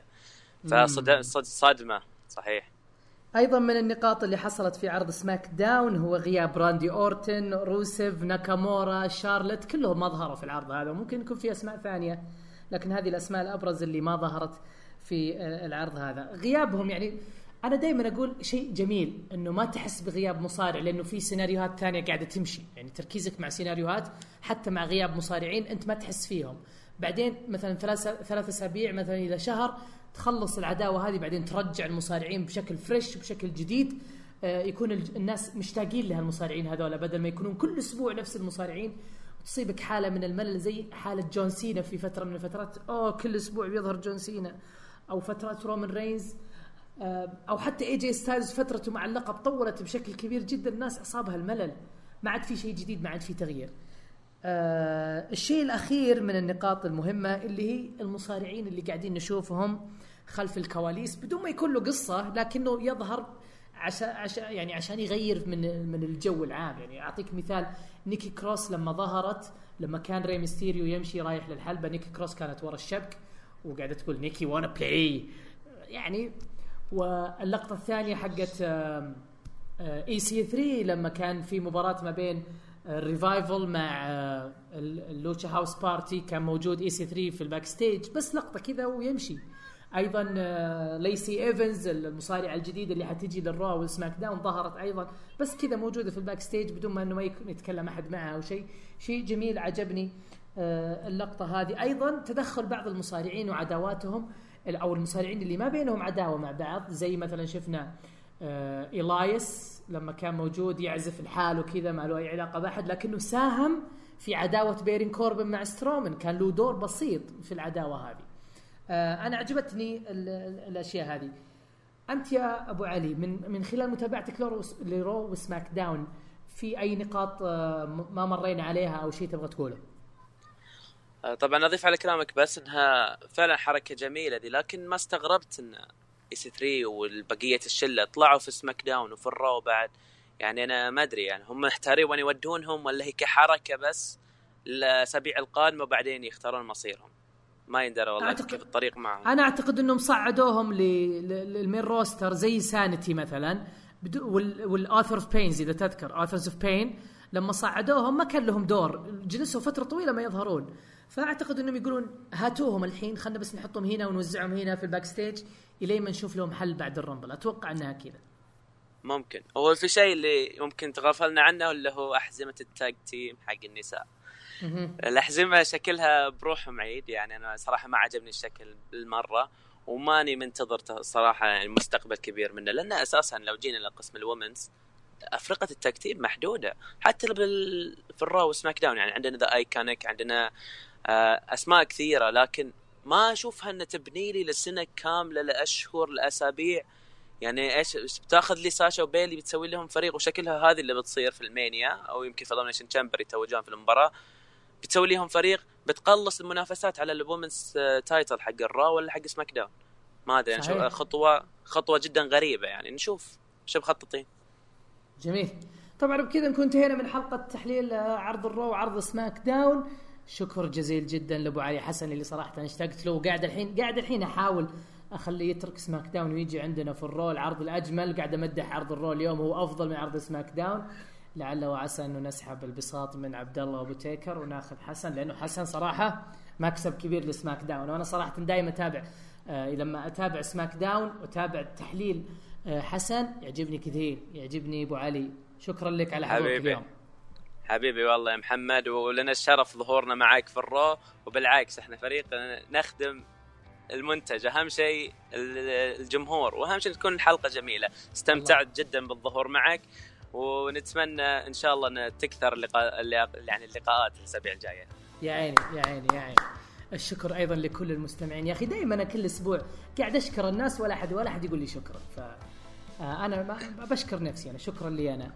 Speaker 2: فصدمة صحيح.
Speaker 1: أيضا من النقاط اللي حصلت في عرض سماك داون هو غياب راندي أورتن، روسيف، ناكامورا، شارلت، كلهم ما ظهروا في العرض هذا. ممكن يكون في أسماء ثانية لكن هذه الأسماء الأبرز اللي ما ظهرت في العرض هذا. غيابهم يعني أنا دايما أقول شيء جميل إنه ما تحس بغياب مصارع، لأنه في سيناريوهات ثانية قاعدة تمشي، يعني تركيزك مع سيناريوهات حتى مع غياب مصارعين أنت ما تحس فيهم. بعدين مثلا ثلاثة ثلاثة أسابيع مثلا إلى شهر تخلص العداوة هذه، بعدين ترجع المصارعين بشكل فريش بشكل جديد، آه يكون الناس مشتاقين لها المصارعين هذولا، بدل ما يكونون كل أسبوع نفس المصارعين وتصيبك حالة من الملل زي حالة جون سينا في فترة من الفترات. أوه كل أسبوع بيظهر جون سينا، أو فترات رومان رينز، أو حتى إيه جي ستايلز فترته مع اللقب طولت بشكل كبير جدا، الناس أصابها الملل، ما عاد في شيء جديد، ما عاد في تغيير. آه الشيء الأخير من النقاط المهمة اللي هي المصارعين اللي قاعدين نشوفهم خلف الكواليس بدون ما يكون له قصة، لكنه يظهر عشان عشان يعني عشان يغير من من الجو العام. يعني أعطيك مثال، نيكي كروس لما ظهرت، لما كان ري ميستيريو يمشي رايح للحلبة، نيكي كروس كانت ورا الشبك وقاعدة تقول نيكي وانا بلاي يعني. واللقطة الثانية حقت اي سي ثري لما كان في مباراة ما بين الريفايفل مع اللوتشا هاوس بارتي، كان موجود اي سي ثري في الباك ستيج بس لقطة كذا ويمشي. ايضا ليسي ايفنز المصارعة الجديدة اللي حتيجي للرو والسماك داون ظهرت ايضا بس كذا موجودة في الباك ستيج بدون ما انه ما يتكلم احد معها او شيء. شيء جميل عجبني اللقطة هذه. ايضا تدخل بعض المصارعين وعداواتهم، او المصارعين اللي ما بينهم عداوة مع بعض، زي مثلا شفنا إيلايس لما كان موجود يعزف الحال وكذا ما له اي علاقة باحد، لكنه ساهم في عداوة بيرين كوربن مع سترومن، كان له دور بسيط في العداوة هذه. أنا عجبتني الأشياء هذه. أنت يا أبو علي من من خلال متابعتك لرو وسماك داون في أي نقاط ما مرينا عليها أو شيء تبغى تقوله؟
Speaker 2: طبعا أضيف على كلامك بس إنها فعلا حركة جميلة دي، لكن ما استغربت إن إي سي ثري والبقية الشلة طلعوا في سماك داون وفي الرو بعد. يعني أنا ما أدري يعني هم محتارين وين يودونهم ولا هي كحركة بس الأسابيع القادمة وبعدين يختارون مصيرهم. ما يندرى والله كيف الطريق معهم.
Speaker 1: أنا أعتقد إنهم صعدوهم للمين روستر زي سانتي مثلا والآثر اوف بينز، إذا تذكر آثرز اوف بين لما صعدوهم ما كان لهم دور، جلسوا فترة طويلة ما يظهرون. فأعتقد إنهم يقولون هاتوهم الحين خلنا بس نحطهم هنا ونوزعهم هنا في الباك ستيج إلى ما نشوف لهم حل بعد الرامبل. أتوقع أنها كذا.
Speaker 2: ممكن هو في شيء اللي ممكن تغفلنا عنه اللي هو أحزمة التاج تيم حق النساء. الأحزمة شكلها بروحهم عيد، يعني أنا صراحة ما عجبني الشكل بالمرة وماني منتظر صراحة يعني مستقبل كبير منه، لأن أساسا لو جينا لقسم الومنز أفرقة التكتيب محدودة حتى بال... في الرو وسماك داون. يعني عندنا ذا ايكونيك، عندنا أسماء كثيرة، لكن ما أشوفها أن تبني لي لسنة كاملة لأشهر لأسابيع. يعني إيش بتاخذ لي ساشا وبيلي بتسوي لهم فريق وشكلها هذه اللي بتصير في المانيا أو يمكن في ضمن تشامبر يتوجون في المباراة، بتسوي لهم فريق بتقلص المنافسات على الومنز تايتل حق الرو ولا حق سماك داون. ما أدري يعني خطوة خطوة جدا غريبة، يعني نشوف شو مخططين.
Speaker 1: جميل. طبعا بكذا نكون انتهينا من حلقة تحليل عرض الرو وعرض سماك داون. شكر جزيل جدا لأبو علي حسن اللي صراحة اشتقت له، وقاعد الحين قاعد الحين أحاول أخليه يترك سماك داون ويجي عندنا في الرو العرض الأجمل. قاعد أمدح عرض الرو اليوم هو أفضل من عرض سماك داون، لعل وعسى أنه نسحب البساط من عبد الله وأبو تيكر وناخذ حسن، لأنه حسن صراحة مكسب كبير لسماك داون. وأنا صراحة دائما أتابع آه لما أتابع سماك داون وأتابع تحليل آه حسن يعجبني كثير، يعجبني أبو علي. شكرا لك على حضورك اليوم
Speaker 2: حبيبي. والله يا محمد، ولنا الشرف ظهورنا معك في الرو، وبالعكس احنا فريق نخدم المنتج، اهم شيء الجمهور، واهم شيء تكون الحلقه جميله. استمتعت الله. جدا بالظهور معك، ونتمنى ان شاء الله ان تكثر اللقاء يعني اللقاءات الاسابيع الجايه.
Speaker 1: يا عيني يا عيني يا عيني. الشكر ايضا لكل المستمعين يا اخي، دائما انا كل اسبوع قاعد اشكر الناس ولا احد ولا احد يقول لي شكرا، ف انا ما بشكر نفسي انا، شكرا لي انا.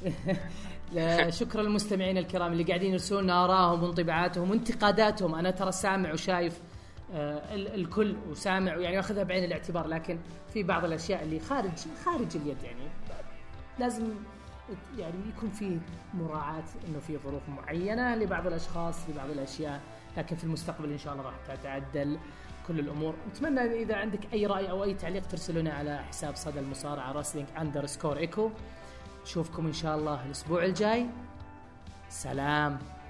Speaker 1: شكرا للمستمعين الكرام اللي قاعدين يرسلون لنا آراءهم وانطباعاتهم وانتقاداتهم. انا ترى سامع وشايف الكل وسامع يعني اخذها بعين الاعتبار، لكن في بعض الاشياء اللي خارج خارج اليد يعني لازم يعني يكون فيه مراعاة انه في ظروف معينة لبعض الاشخاص لبعض الاشياء، لكن في المستقبل ان شاء الله راح تتعدل كل الامور. اتمنى اذا عندك اي راي او اي تعليق ترسلونه على حساب صدى المصارعة رسلينج اندرسكور ايكو. نشوفكم ان شاء الله الاسبوع الجاي. سلام.